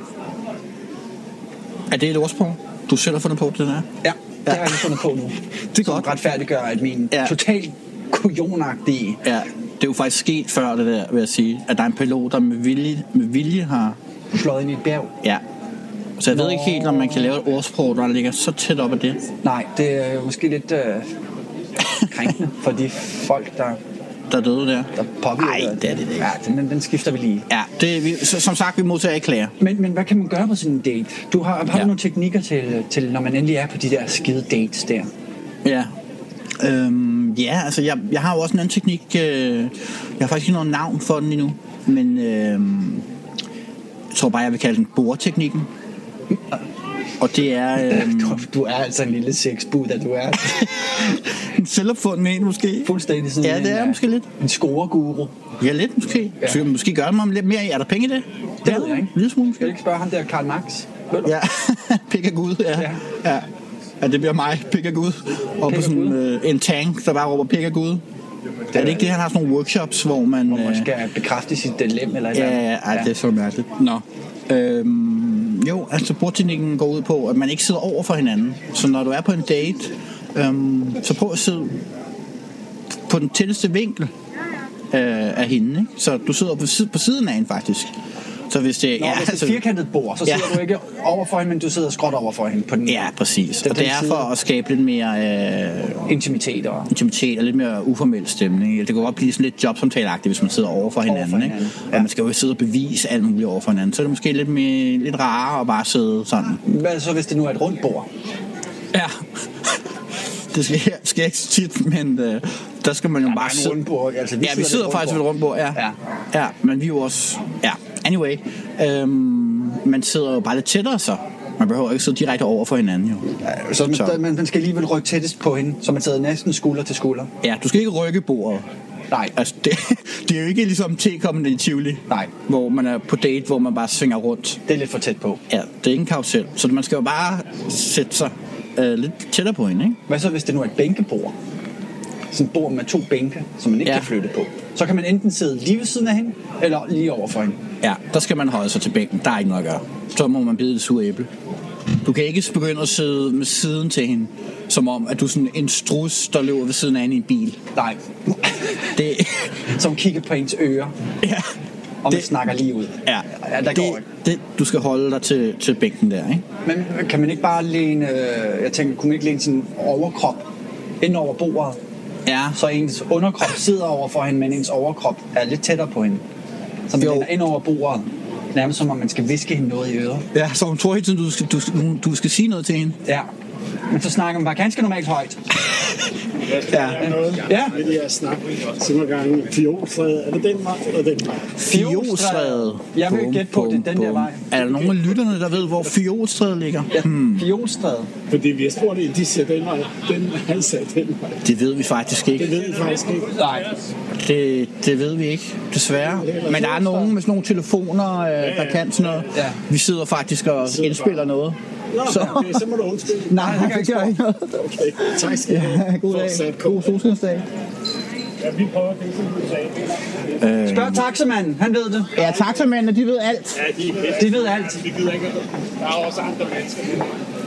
Er det et ordsprog, du selv har fundet på, det der? Ja, det har jeg fundet på nu. Det er godt. Som retfærdiggør, at min totalt kujonagtige... Ja, det er jo faktisk sket før det der, vil jeg sige, at der er en pilot, der med vilje har... slået ind i et bjerg. Ja. Så jeg ved ikke helt, om man kan lave et ordsprog, der ligger så tæt op af det. Nej, det er jo måske lidt krænkende for de folk, der døde der. Der påvirker. Nej, det er det ikke. Ja, den skifter vi lige. Ja, som sagt, vi modtager ikke klager. Men hvad kan man gøre på sådan en date? Du har du nogle teknikker til, når man endelig er på de der skide dates der? Ja. Ja, altså jeg har jo også en anden teknik. Jeg har faktisk ikke noget navn for den endnu, men jeg tror bare, jeg vil kalde den boreteknikken. Og det er... Du er altså en lille sexbud, at du er. en selvopfundet en, måske. Fuldstændig sådan ja, det er måske lidt. En scoreguru. Ja, lidt måske. Ja. Så jeg måske gøre mig lidt mere. Er der penge i det? Det ved jeg ikke. Lille smule. Skal du ikke spørge ham der, Karl Marx? Ja, pik af Gud, ja. Ja, det bliver mig, pik af Gud. Og på sådan en tank, der bare råber pik af Gud. Er det ikke det, han har sådan nogle workshops, hvor man... Hvor man skal bekræfte sit dilemma eller et eller andet? Ja, det er så mærkeligt. Nå. Jo, altså bordteknikken går ud på, at man ikke sidder over for hinanden. Så når du er på en date, så prøv at sidde på den tætteste vinkel af hende, ikke? Så du sidder på siden af hende faktisk. Så hvis det, hvis det er et firkantet bord, så sidder du ikke over for hende, men du sidder skråt over for hende på den. Ja, præcis. Og det er for at skabe lidt mere intimitet og lidt mere uformel stemning. Det kan godt blive sådan lidt jobsamtaleagtigt, hvis man sidder over for hinanden. Ikke? Ja. Og man skal jo sidde og bevise alt muligt over for hinanden. Så er det måske lidt rarere at bare sidde sådan. Hvad så, hvis det nu er et rundt bord? Ja. Det skal ikke så tit, men der skal man jo bare sidde. Rundbord, altså, vi sidder faktisk ved et rundbord, ja. Men vi er jo også... Ja, anyway. Man sidder jo bare lidt tættere så. Man behøver ikke sidde direkte over for hinanden, jo. Ja, så man skal alligevel rykke tættest på hende, så man sidder næsten skulder til skulder. Ja, du skal ikke rykke bordet. Nej. Altså, det er jo ikke ligesom tekommende i Tivoli. Nej. Hvor man er på date, hvor man bare svinger rundt. Det er lidt for tæt på. Ja, det er ikke en karusel. Så man skal jo bare sætte sig lidt tættere på hende, ikke? Hvad så, hvis det nu er et bænkebord? Sådan et bord med 2 bænke, som man ikke kan flytte på. Så kan man enten sidde lige ved siden af hende, eller lige over for hende. Ja, der skal man holde sig til bænken. Der er ikke noget at gøre. Så må man bide det sure æble. Du kan ikke begynde at sidde med siden til hende, som om, at du er sådan en strus, der løber ved siden af hende i en bil. Nej. Som kigger på hendes ører. Ja. Og man snakker lige ud. Ja, der går ikke. Du skal holde dig til bænken der, ikke? Men kan man ikke bare læne, jeg tænker, kunne man ikke læne sin overkrop ind over bordet? Ja. Så ens underkrop sidder over for hende, men ens overkrop er lidt tættere på hende. Så man læner ind over bordet, nærmest som om man skal viske hende noget i øret. Ja, så hun tror hele tiden, du skal sige noget til hende. Ja, men så snakker man bare ganske normalt højt. Ja. Med de her snak, så nogle gange Fiolstræde. Er det den vej eller den vej? Fiolstræde. Jeg vil gætte på, det er den der vej. Er der nogen af lytterne, der ved, hvor Fiolstræde ligger? Ja, Fiolstræde. Fordi vi har spurgt, at de siger den vej. Han sagde den vej. Det ved vi faktisk ikke. Det ved vi faktisk ikke. Nej. Det ved vi ikke, desværre. Men der er nogen med sådan nogle telefoner, der kan sådan noget. Ja. Vi sidder faktisk og indspiller noget. Nå, okay, så må du undskylde. Nej, det gør ikke noget. Okay, tak skal du have. God dag. God solskinsdag. Ja, vi prøver det, som du sagde. Spørg taxamanden, han ved det. Ja, taxamændene, de ved alt. Ja, de ved alt. De gider ikke. Der er også andre mennesker.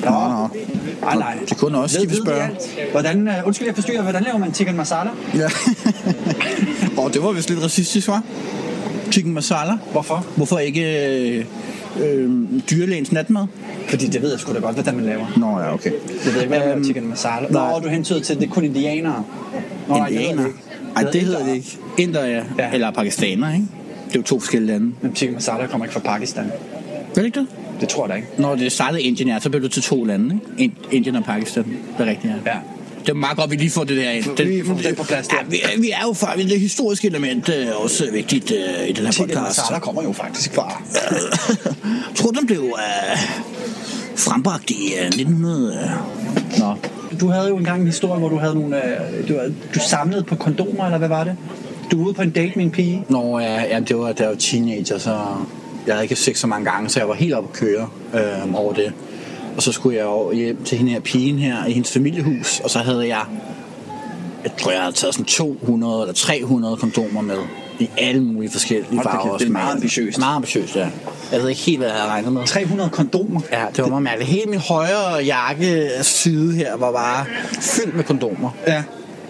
Nej. Det kunne også, de vil spørge. Hvordan, undskyld, jeg forstyrrer. Hvordan laver man chicken masala? Ja. Det var vist lidt racistisk, hva'? Chicken masala. Hvorfor? Hvorfor ikke dyrlægens natmad? Fordi det ved jeg sgu da godt, hvordan man laver. Nå ja, okay. Jeg ved ikke, hvad man laver chicken masala. Nå, du hentyder til, det er kun indianere. Indianere? Ej, det hedder det ikke. Inder, ja. Eller pakistaner, ikke? Det er jo 2 forskellige lande. Men chicken masala kommer ikke fra Pakistan. Gør det ikke det? Det tror jeg da ikke. Når det startede Indien, så blev det til 2 lande, ikke? Indien og Pakistan. Det er rigtigt, ja. Det er meget godt, at vi lige får det der ind. Vi får det på plads der. Ja, vi er jo faktisk det historiske element også vigtigt i den her podcast. Chicken masala kommer jo faktisk fra. Jeg tror, den blev frembragt i 1900. Nå. Du havde jo engang en historie, hvor du havde nogle... Du samlede på kondomer, eller hvad var det? Du var ude på en date med en pige. Nå, ja, det var da jeg var teenager, så jeg havde ikke sex så mange gange, så jeg var helt oppe at køre over det. Og så skulle jeg jo hjem til hende her pigen her i hendes familiehus, og så havde jeg tror jeg havde taget sådan 200 eller 300 kondomer med i alle mulige forskellige farver. Det er meget ambitiøst. Meget ambitiøst, ja. Jeg ved ikke helt, hvad jeg havde regnet med. 300 kondomer? Ja, det var meget mærkeligt. Hele min højre jakke side her var bare fyldt med kondomer. Ja.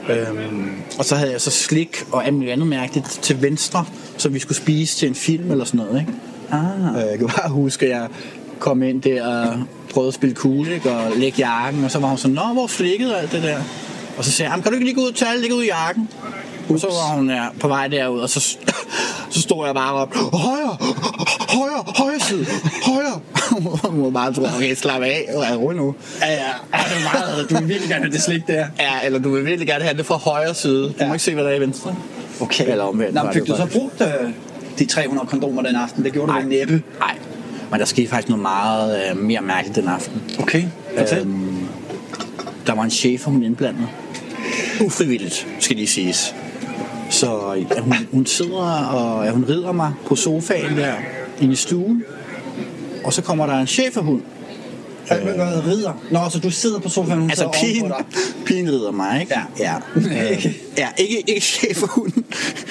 Og så havde jeg så slik og alt muligt andet mærkeligt til venstre, så vi skulle spise til en film eller sådan noget, ikke? Jeg kan bare huske, at jeg kom ind der og prøvede at spille kugle, ikke? Og lægge jakken, og så var hun sådan, nå, hvor slikket og alt det der. Og så sagde jeg, kan du ikke lige gå ud og tage alt, ligge ud i jakken? Og så var hun på vej derud, og så Så stod jeg bare op, højre side, højre. Hun må bare tro, okay, slap af, og jeg rolig nu. Ja, det er meget, du vil virkelig gerne have det slik der. Ja, eller du vil virkelig gerne have det fra højre side. Du må ikke se, hvad der er i venstre. Okay. Eller omvendt. Nå, fik du så brugt de 300 kondomer den aften? Det gjorde du vel næppe? Nej, men der skete faktisk noget meget mere mærkeligt den aften. Okay, fortæl. Der var en schæferhund indblandet. Ufrivilligt, skal lige siges. Så hun sidder og hun rider mig på sofaen der inde i stuen. Og så kommer der en schæferhund. Hvad rider? Nå, så du sidder på sofaen, hun altså pigen rider mig, ikke? Ja. Ja, ikke schæferhunden.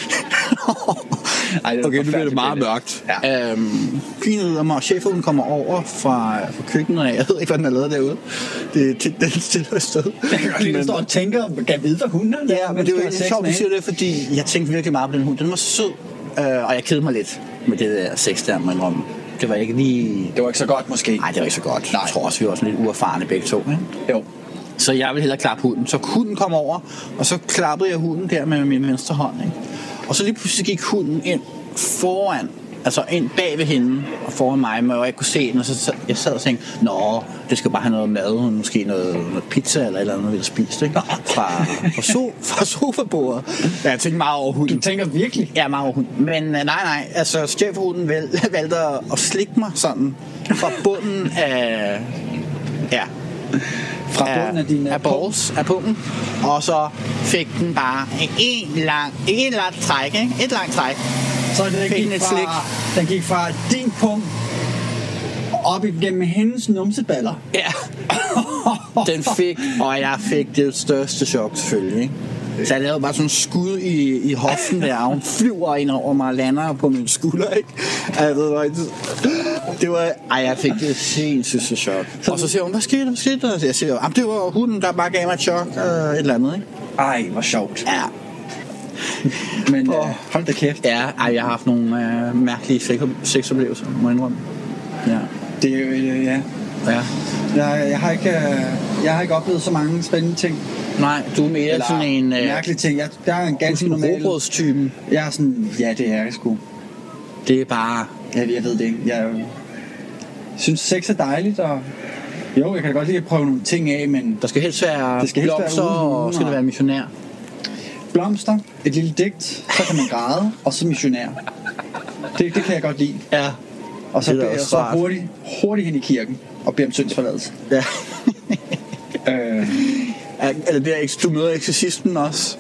Okay, nu bliver det meget mørkt. Ja. Pigen rider mig, og schæferhunden kommer over fra køkkenet af. Jeg ved ikke, hvad den har lavet derude. Den stiller et sted. Jeg kan godt lide, at du står og tænker, kan vide, hvad hunden er? Ja, men det er jo ikke sjovt, du siger det, fordi jeg tænkte virkelig meget på den hund. Den var sød, og jeg kedede mig lidt med det der sex der, man om. Det var ikke lige... Det var ikke så godt, måske? Nej, det var ikke så godt. Jeg tror også, vi var sådan lidt uerfarne begge to, ikke? Jo. Så jeg ville hellere klappe hunden. Så hunden kom over, og så klappede jeg hunden der med min venstre hånd, ikke? Og så lige pludselig gik hunden ind foran, altså ind bag ved hende og foran mig, men jeg ikke kunne se den, og så jeg sad og tænkte, nå, det skal bare have noget mad, måske noget pizza eller et eller andet, vi har spist, ikke? Fra sofabordet. Ja, jeg tænkte meget over hunden. Du tænker virkelig? Ja, meget over hunden. Men nej, altså schæferhunden valgte at slikke mig sådan fra bunden af... Ja. Fra bunden af din balls, af pungen. Og så fik den bare en lang træk, ikke? Et langt træk. Så den gik fra din pung op igennem hendes numseballer. Ja. Den fik, og jeg fik det største chok selvfølgelig, ikke? Så jeg lavede bare sådan en skud i hoften der, og hun flyver ind over mig og lander på min skulder, ikke? Det var... jeg fik det sindssygt chok. Og så siger hun, hvad skete der? Så jeg siger, det var hunden, der bare gav mig et chok, et eller andet, ikke? Ej, hvor sjovt. Ja. Men hold da kæft. Ja, jeg har haft nogle mærkelige sexoplevelser, må jeg indrømme. Ja. Det er jo, ja. Jeg har ikke oplevet så mange spændende ting. Nej, du er mere eller sådan en... mærkelige ting. Der er en ganske normal... robrødstypen. Jeg er sådan... Ja, det er jeg sgu. Det er bare... Jeg ved det ikke. Jeg synes, sex er dejligt, og... Jo, jeg kan godt lide at prøve nogle ting af, men... Der skal helst være blomster, og skal det være missionær. Blomster, et lille digt, så kan man græde, og så missionær. Det kan jeg godt lide. Ja. Og så beder jeg så hurtigt hen i kirken, og beder om syndsforladelse. Ja. Er det der, du møder eksorcisten også?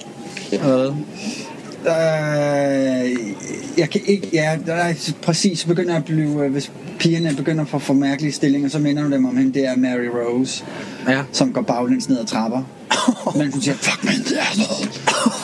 Jeg kan ikke... Ja, præcis. Så begynder jeg at blive... Hvis pigerne begynder at få mærkelige stillinger, så minder du dem om hende, det er Mary Rose, som går baglæns ned ad trapper. Men hun siger, fuck man, det er noget.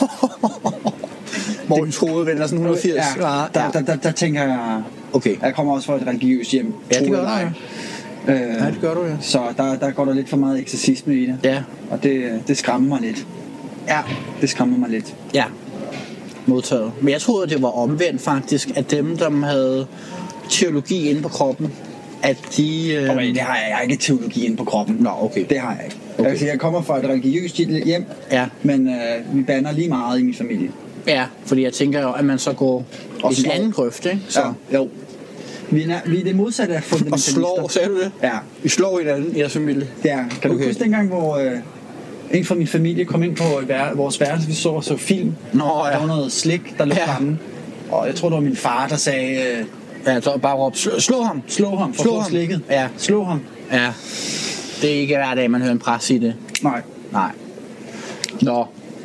Hvor hendes hoved vender sådan 180. Ja, der tænker jeg... Okay. Jeg kommer også fra et religiøst hjem. Ja, det gør du, ja. Det gør du, ja. Så der går der lidt for meget eksorcisme i det. Ja. Og det skræmmer mig lidt. Ja. Det skræmmer mig lidt. Ja. Modtaget. Men jeg troede, det var omvendt faktisk, at dem, der havde teologi inde på kroppen, at de... Okay, det har jeg. Jeg har ikke teologi inde på kroppen. Nå, okay. Det har jeg ikke. Okay. Altså, jeg kommer fra et religiøst hjem, men vi bander lige meget i min familie. Ja, fordi jeg tænker jo, at man så går og i en anden grøft, ikke? Så. Ja, jo. Vi er det modsatte af fundamentalister. Og slår, sagde du det? Ja. Vi slår hinanden i jeres familie? Ja. Kan du huske dengang, hvor en fra min familie kom ind på vores værelse, vi så film. Nå, ja. Der var noget slik, der lå fremme. Og jeg tror, det var min far, der sagde... så bare råb, slå ham. Slå ham for at få slikket. Ja. Slå ham. Ja. Det er ikke hver dag, man hører en pres i det. Nej. Nå.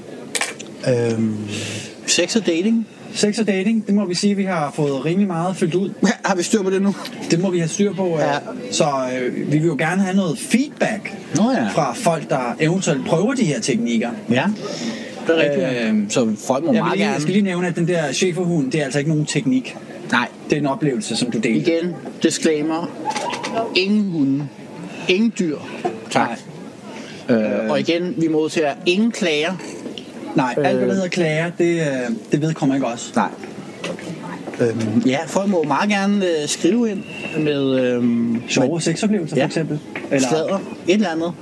Sex og dating? Sex og dating, det må vi sige, vi har fået rimelig meget fyldt ud. Ja, har vi styr på det nu? Det må vi have styr på. Ja. Så vi vil jo gerne have noget feedback fra folk, der eventuelt prøver de her teknikker. Ja, det er rigtigt. Så folk må meget gerne... Jeg skal lige nævne, at den der schæferhund, det er altså ikke nogen teknik. Nej. Det er en oplevelse, som du deler. Igen, disclaimer. Ingen hunde. Ingen dyr. Tak. Og igen, vi modtager ingen klager. Nej, alt hvad der hedder klager, det vedkommer ikke også. Nej. Ja, folk må meget gerne skrive ind med... sjove sexoplevelser, for eksempel. Eller slader, et eller andet.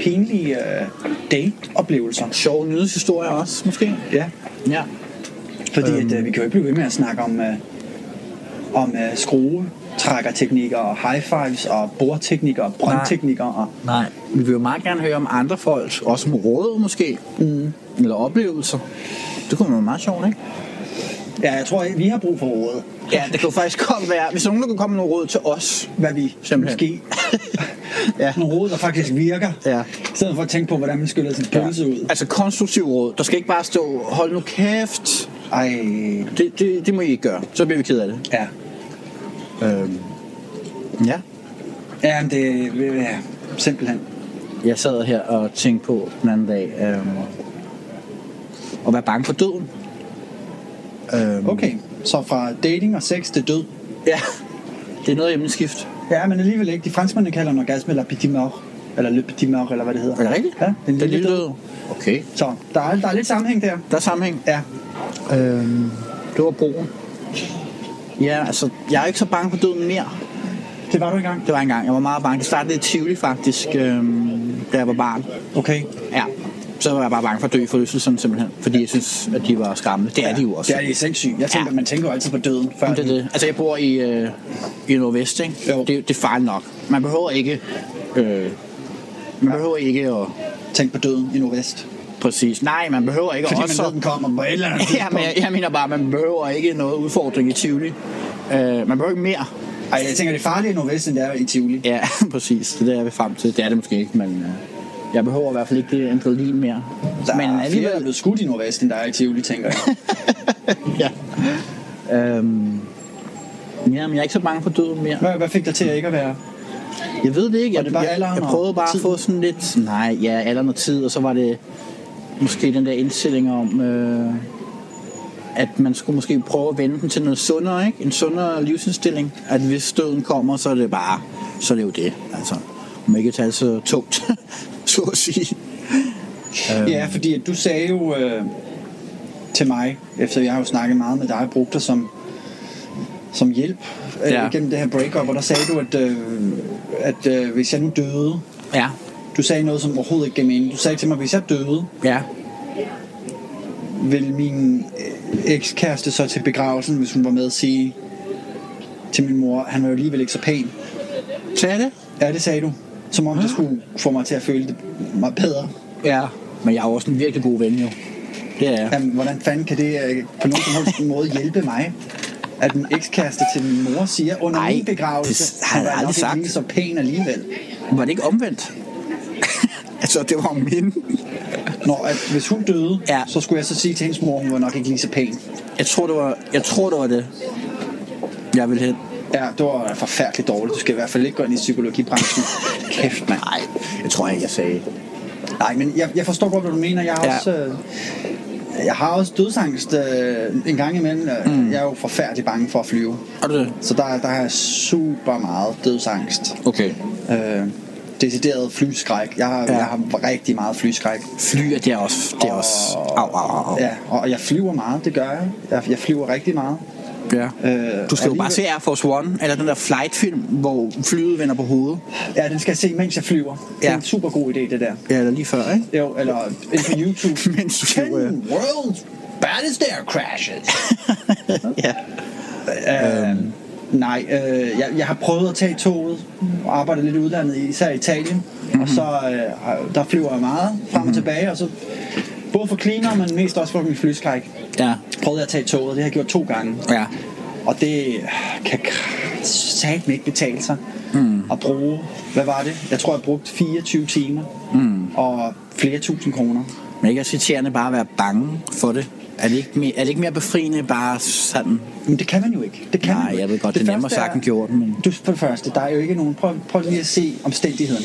Pinlige date-oplevelser. Sjove nyhedshistorier også, måske. Ja. Fordi vi kan jo ikke blive ved med at snakke om skruetrækkerteknikker og high fives og bordteknikker og brøndteknikker. Og Nej, vi vil jo meget gerne høre om andre folk, også om råd måske, eller oplevelser. Det kunne være meget sjovt, ikke? ja, jeg tror, vi har brug for råd. Ja, det kunne faktisk godt være, hvis nogen kunne komme med nogle råd til os. Hvad vi Simpelthen. måske nogle råd, der faktisk virker. Ja. I stedet for at tænke på, hvordan man skyller sin pølse ud. Altså konstruktiv råd. Der skal ikke bare stå, hold nu kæft. Ej, Det må I ikke gøre. Så bliver vi ked af det. ja. Ja. Ja, men det er simpelthen. Jeg sad her og tænkte på den anden dag at være bange for døden. Okay, så fra dating og sex til død. Ja, det er noget emneskift. Ja, men alligevel ikke. De franskmændene kalder en orgasme la petit mort. Eller le petit mort, eller hvad det hedder. Er det rigtigt? Ja, den lille død. Okay. Så der er lidt sammenhæng der. Der er sammenhæng. Ja. Det var broen. Ja, altså, jeg er ikke så bange for døden mere. Det var du engang. Det var engang. Jeg var meget bange. Det startede i Tivoli faktisk, da jeg var barn. Okay. Ja. Så var jeg bare bange for at dø i forlystelsen simpelthen. Fordi jeg synes, at de var skræmmende. Det er de jo også. Det er de sindssygt. Jeg tænker, Ja. man tænker jo altid på døden. Før Det er det. Altså, jeg bor i Nordvest, ikke? Jo. Det er farligt nok. Man behøver ikke... at... Tænk på døden i Nordvest. Præcis. Nej, man behøver ikke Fordi også... man ved, den kommer på et eller andet Ja, tidspunkt. men jeg mener bare, at man behøver ikke noget udfordring i Tivoli. Man behøver ikke mere. Ej, jeg tænker, det er farligere i Nordvest, end det er i Tivoli. Ja, præcis. Det er det, jeg vil frem til. Det er det måske ikke, men jeg behøver i hvert fald ikke det adrenalin mere. Der Men er flere, alligevel... der er blevet skudt i Nordvest, end der er i Tivoli, tænker jeg. Ja. Ja, men jeg er ikke så bange for døden mere. Hvad fik dig til at ikke at være? Jeg ved det ikke. Var det bare alderen jeg prøvede og bare at tiden? få sådan lidt... Nej, ja, alderen og tid, og så var det måske den der indstilling om, at man skulle måske prøve at vende den til noget sundere, ikke? En sundere livsindstilling. At hvis døden kommer, så er det bare... Så er det jo det. Altså, man ikke tage det så tungt, så at sige. Ja, fordi at du sagde jo til mig, efter jeg har jo snakket meget med dig og brugt dig som hjælp gennem det her breakup, og der sagde du, at hvis jeg nu døde, Ja. du sagde noget, som overhovedet ikke gav mening. Du sagde til mig, hvis jeg døde, Ja. vil min ekskæreste så til begravelsen, hvis hun var med, sige til min mor, han var jo alligevel ikke så pæn. Sagde det? Ja, det sagde du. Som om det skulle få mig til at føle det meget bedre. Ja. Men jeg er jo også en virkelig god ven, jo. Det er jeg. Jamen, hvordan fanden kan det på nogen som helst måde hjælpe mig? At min ekskæreste til min mor siger, under Ej, min begravelse, det har jeg han var aldrig nok sagt. ikke lige så pæn alligevel. Var det ikke omvendt? Altså, det var min. Når at hvis hun døde, Ja. så skulle jeg så sige til hendes mor, hun var nok ikke lige så pæn. Jeg tror, det var det. Jeg ville hen. Ja, det var forfærdeligt dårligt. Du skal i hvert fald ikke gå ind i psykologibranchen. Kæft, mand. Nej, jeg tror ikke, jeg sagde. Nej, men jeg forstår godt, hvad du mener. Jeg har også... Jeg har også dødsangst en gang imellem. Jeg er jo forfærdelig bange for at flyve. Er du det? Så der har jeg super meget dødsangst. Okay. Decideret flyskræk. Jeg har rigtig meget flyskræk. Fly, det er også... Au. Ja, og jeg flyver meget, det gør jeg. Jeg flyver rigtig meget. Ja. Du skal jo bare se Air Force One, eller den der flight-film, hvor flyet vender på hovedet. Ja, den skal jeg se, mens jeg flyver. Det er en super god idé, det der. Ja, eller lige før, ikke? Jo, eller ind på YouTube. Mens du 10 flyver, ja. world's baddest air crashes. Ja. Nej, jeg har prøvet at tage toget og arbejde lidt i udlandet, især i Italien. Og så der flyver jeg meget frem og tilbage, og så både for cleaner, men mest også for min flyskræk. Ja. Prøvede jeg at tage toget, det har jeg gjort 2 gange. Ja. Og det kan satme ikke betale sig at bruge, hvad var det? Jeg tror, jeg brugte 24 timer og flere tusind kroner. Men ikke at irriterende bare at være bange for det. Er det ikke mere befriende bare sådan? Men det kan man jo ikke. Det kan man jo Nej, ikke. jeg ved godt, det er nemmere sagt end gjort. Men... For det første, der er jo ikke nogen... Prøv lige at se omstændighederne.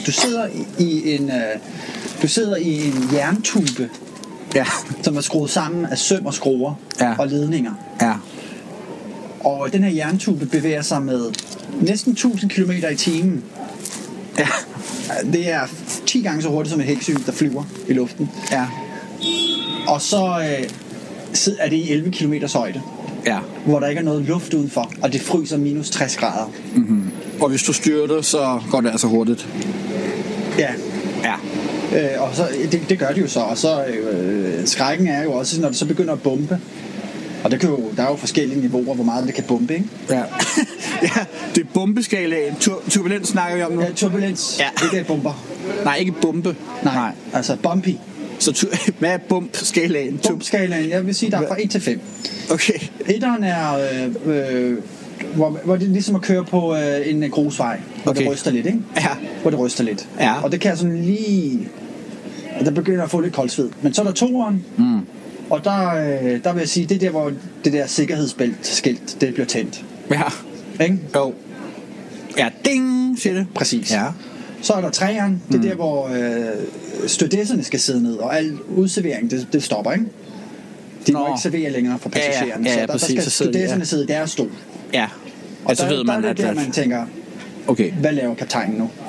Du sidder i en jerntube, som er skruet sammen af søm og skruer og ledninger. Ja. Og den her jerntube bevæger sig med næsten 1000 km i timen. Ja. Det er 10 gange så hurtigt som et hæksyn, der flyver i luften. Ja. Og så er det i 11 km højde. Ja. Hvor der ikke er noget luft udenfor, og det fryser minus 60 grader. Mm-hmm. Og hvis du styrter, så går det altså hurtigt. Ja. Ja. Og så, det gør det jo så. Og så skrækken er jo også, når det så begynder at bombe. Og der er jo forskellige niveauer, hvor meget det kan bombe, ikke? Ja. Ja, det er bombeskalaen. Turbulens snakker vi om nu. Ja, turbulens. Ja. Ikke bomber. Nej, ikke bombe. Nej. Altså bumpy. Så hvad er bumpskalaen? Bumpskalaen, jeg vil sige, der er fra 1 til 5. Okay. Etteren er, hvor det er ligesom at køre på en grusvej, hvor det ryster lidt, ikke? Ja. Hvor det ryster lidt. Ja. Og det kan sådan lige... Og der begynder at få lidt koldsved. Men så er der toeren, og der vil jeg sige, det er der, hvor det der sikkerhedsskilt, det bliver tændt. Ja. Ikke? Jo. Ja, ding, siger det. Præcis. Ja. Så er der treeren, det er der, hvor stewardesserne skal sidde ned, og al udservering, det stopper, ikke? De må ikke servere længere for passagererne, ja, så der skal stewardesserne sidde i deres stol. Ja, og så ved man, at... Der man tænker, okay, hvad laver kaptajnen nu?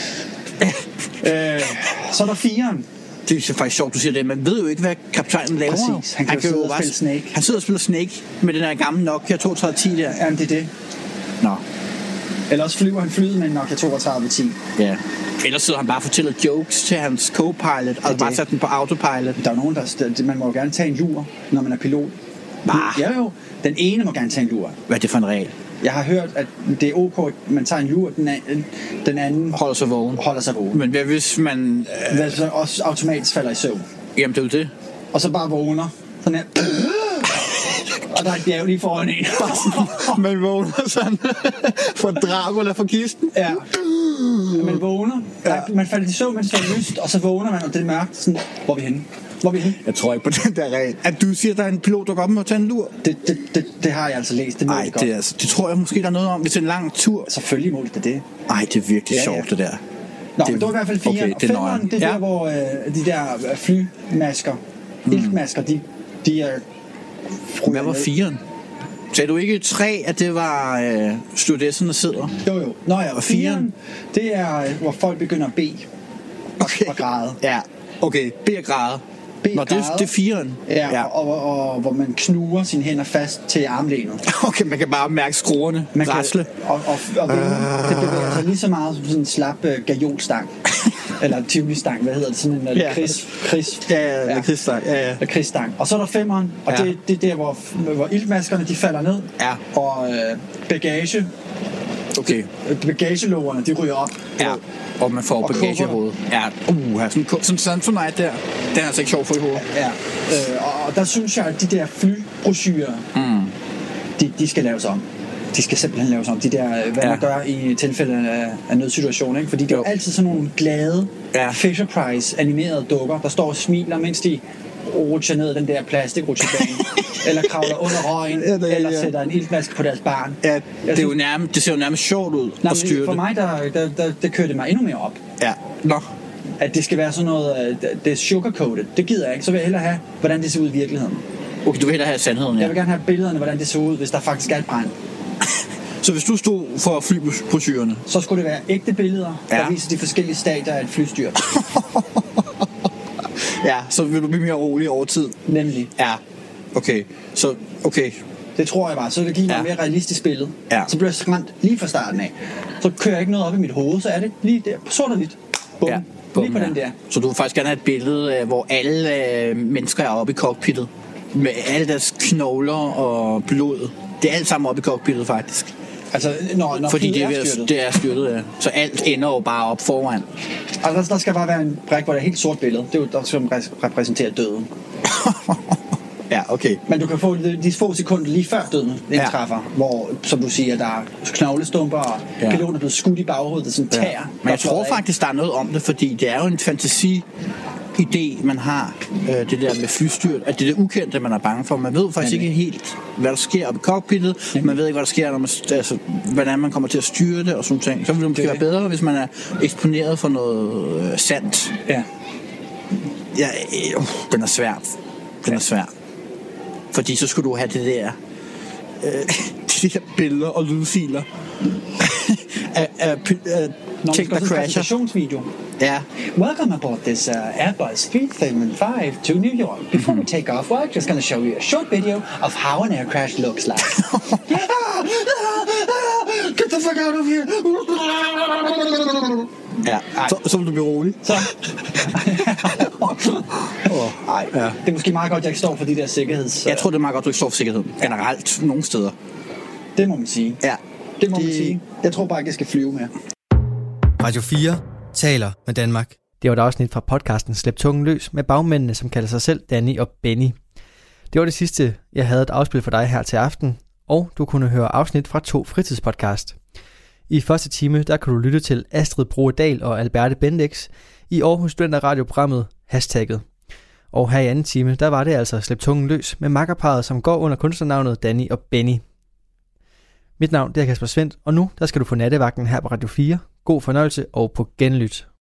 Så er der fireren. Det er faktisk sjovt, du siger det. Man ved jo ikke, hvad kaptajnen laver. Præcis. Han kan jo spille Snake. Han sidder og spiller Snake med den der gamle Nokia 3210 der. Jamen, det er det. Nå. Eller også flyver han flyet med en Nokia 3210. Ja. Ellers sidder han bare og fortæller jokes til hans co-pilot, og bare sætter den på autopilot. Der er nogen, man må jo gerne tage en lur, når man er pilot. Ja jo. Den ene må gerne tage en lur. Hvad er det for en regel? Jeg har hørt, at det er ok, man tager en lur, den anden holder sig vågen. Men hvad hvis man... Så også automatisk falder i søvn? Jamen, det er jo det. Og så bare vågner. Sådan her. Og der er et bjerg lige foran en. Man vågner sådan fra Dracula fra kisten. Ja. Man vågner. Ja. Man falder i søvn, mens det er lyst, og så vågner man, og det er mørkt. Sådan, hvor er vi henne? Jeg tror ikke på den der regel. At du siger, at der er en pilot, der går op og tager en lur? Det har jeg altså læst. Nej, det tror jeg måske, der er noget om. Hvis det er en lang tur. Selvfølgelig må det det. Nej, det er virkelig sjovt, det der. Nå, men det var i hvert fald 4. Okay, og 5'eren, det er der, hvor de der flymasker, iltmasker, de er... Hvad var 4'eren? Sagde du ikke 3, at det var stewardesserne, der sidder? Jo. Nå ja, og 4'eren, det er, hvor folk begynder at bede og græde. Ja, okay, bede og græde. Nå, det er 4'eren. Ja. Og hvor man knuger sine hænder fast til armlænet. Okay, man kan bare mærke skruerne rasle. Og det bevæger sig lige så meget som sådan en slap gajolstang. Eller tivoli-stang, hvad hedder det? Sådan en krigsstang. Ja. Krigsstang. Og så er der 5'eren, og det er der, hvor iltmaskerne de falder ned. Ja. Og bagage... Okay. Bagagelågerne, de ryger op. Ja, og man får bagage i hovedet. Ja, sådan Samsonite der, den er altså ikke sjov for i hovedet. Ja, og der synes jeg, at de der flybrochurer, de skal laves om. De skal simpelthen laves om. De der, hvad man gør i tilfælde af nødsituation, ikke? Fordi det er jo altid sådan nogle glade Fisher-Price animerede dukker, der står og smiler, mens de rutscher ned den der plastikrutsjebane, eller kravler under røgen, eller sætter en iltmaske på deres barn. Ja, det ser jo nærmest sjovt ud at styrte. For mig, der kørte det mig endnu mere op. Ja, nå. At det skal være sådan noget, det er sugarcoated. Det gider jeg ikke. Så vil jeg hellere have, hvordan det ser ud i virkeligheden. Okay, du vil hellere have sandheden, ja. Jeg vil gerne have billederne, hvordan det ser ud, hvis der faktisk er et brand. Så hvis du stod for flybrochurerne, så skulle det være ægte billeder, der viser de forskellige stadier af et flystyrt. Ja, så vil du blive mere rolig over tid. Nemlig. Ja, okay. Så, okay. Det tror jeg bare. Så det giver mig et mere realistisk billede. Ja. Så bliver jeg skræmt lige fra starten af. Så kører jeg ikke noget op i mit hoved, så er det lige der. Sort og hvidt. Bum. Ja. Lige på den der. Så du vil faktisk gerne have et billede, hvor alle mennesker er oppe i cockpittet. Med alle deres knogler og blod. Det er alt sammen oppe i cockpittet, faktisk. Altså, når fordi det er styrtet, ja. Så alt ender jo bare op foran. Altså, der skal bare være en brik, hvor der er helt sort billede. Det er jo der, som repræsenterer døden. Ja, okay. Men du kan få de få sekunder lige før døden indtræffer, hvor, som du siger, der er knoglestumper, og piloten er blevet skudt i baghovedet, det er sådan tær. Men jeg tror faktisk, der er noget om det, fordi det er jo en fantasi-idé, man har, det der med flystyrt, at det er det ukendte, man er bange for. Man ved faktisk ikke helt, hvad der sker oppe i cockpittet. Man ved ikke, hvad der sker, når man, altså, hvordan man kommer til at styre det og sådan ting. Så vil det måske være bedre, hvis man er eksponeret for noget sandt. Ja. Den er svært. Den er svær. Fordi så skulle du have det der de der billeder og lydfiler af ting, der crasher. Ja. Welcome aboard this Airbus 375 to New York. Before we take off, we're just going to show you a short video of how an air crash looks like. Get the fuck out of here! Ja, så vil du blive rolig. Så. Nej, ja. Det er måske meget godt, at jeg ikke står for de der sikkerheds... Jeg tror, det er meget godt, du ikke står for sikkerheden. Generelt, nogle steder. Det må man sige. Ja. Det må man sige. Jeg tror bare ikke, jeg skal flyve mere. Radio 4 taler med Danmark. Det var et afsnit fra podcasten Slip Tungen Løs med bagmændene, som kalder sig selv Danny og Benny. Det var det sidste, jeg havde et afspil for dig her til aften, og du kunne høre afsnit fra 2 fritidspodcast. I første time, der kan du lytte til Astrid Broedal og Alberte Bendix i Aarhus Studenterradioprogrammet Hashtagget. Og her i anden time, der var det altså Slip Tungen Løs med makkerparret, som går under kunstnernavnet Danny og Benny. Mit navn det er Kasper Svendt, og nu der skal du få nattevagten her på Radio 4. God fornøjelse og på genlyt.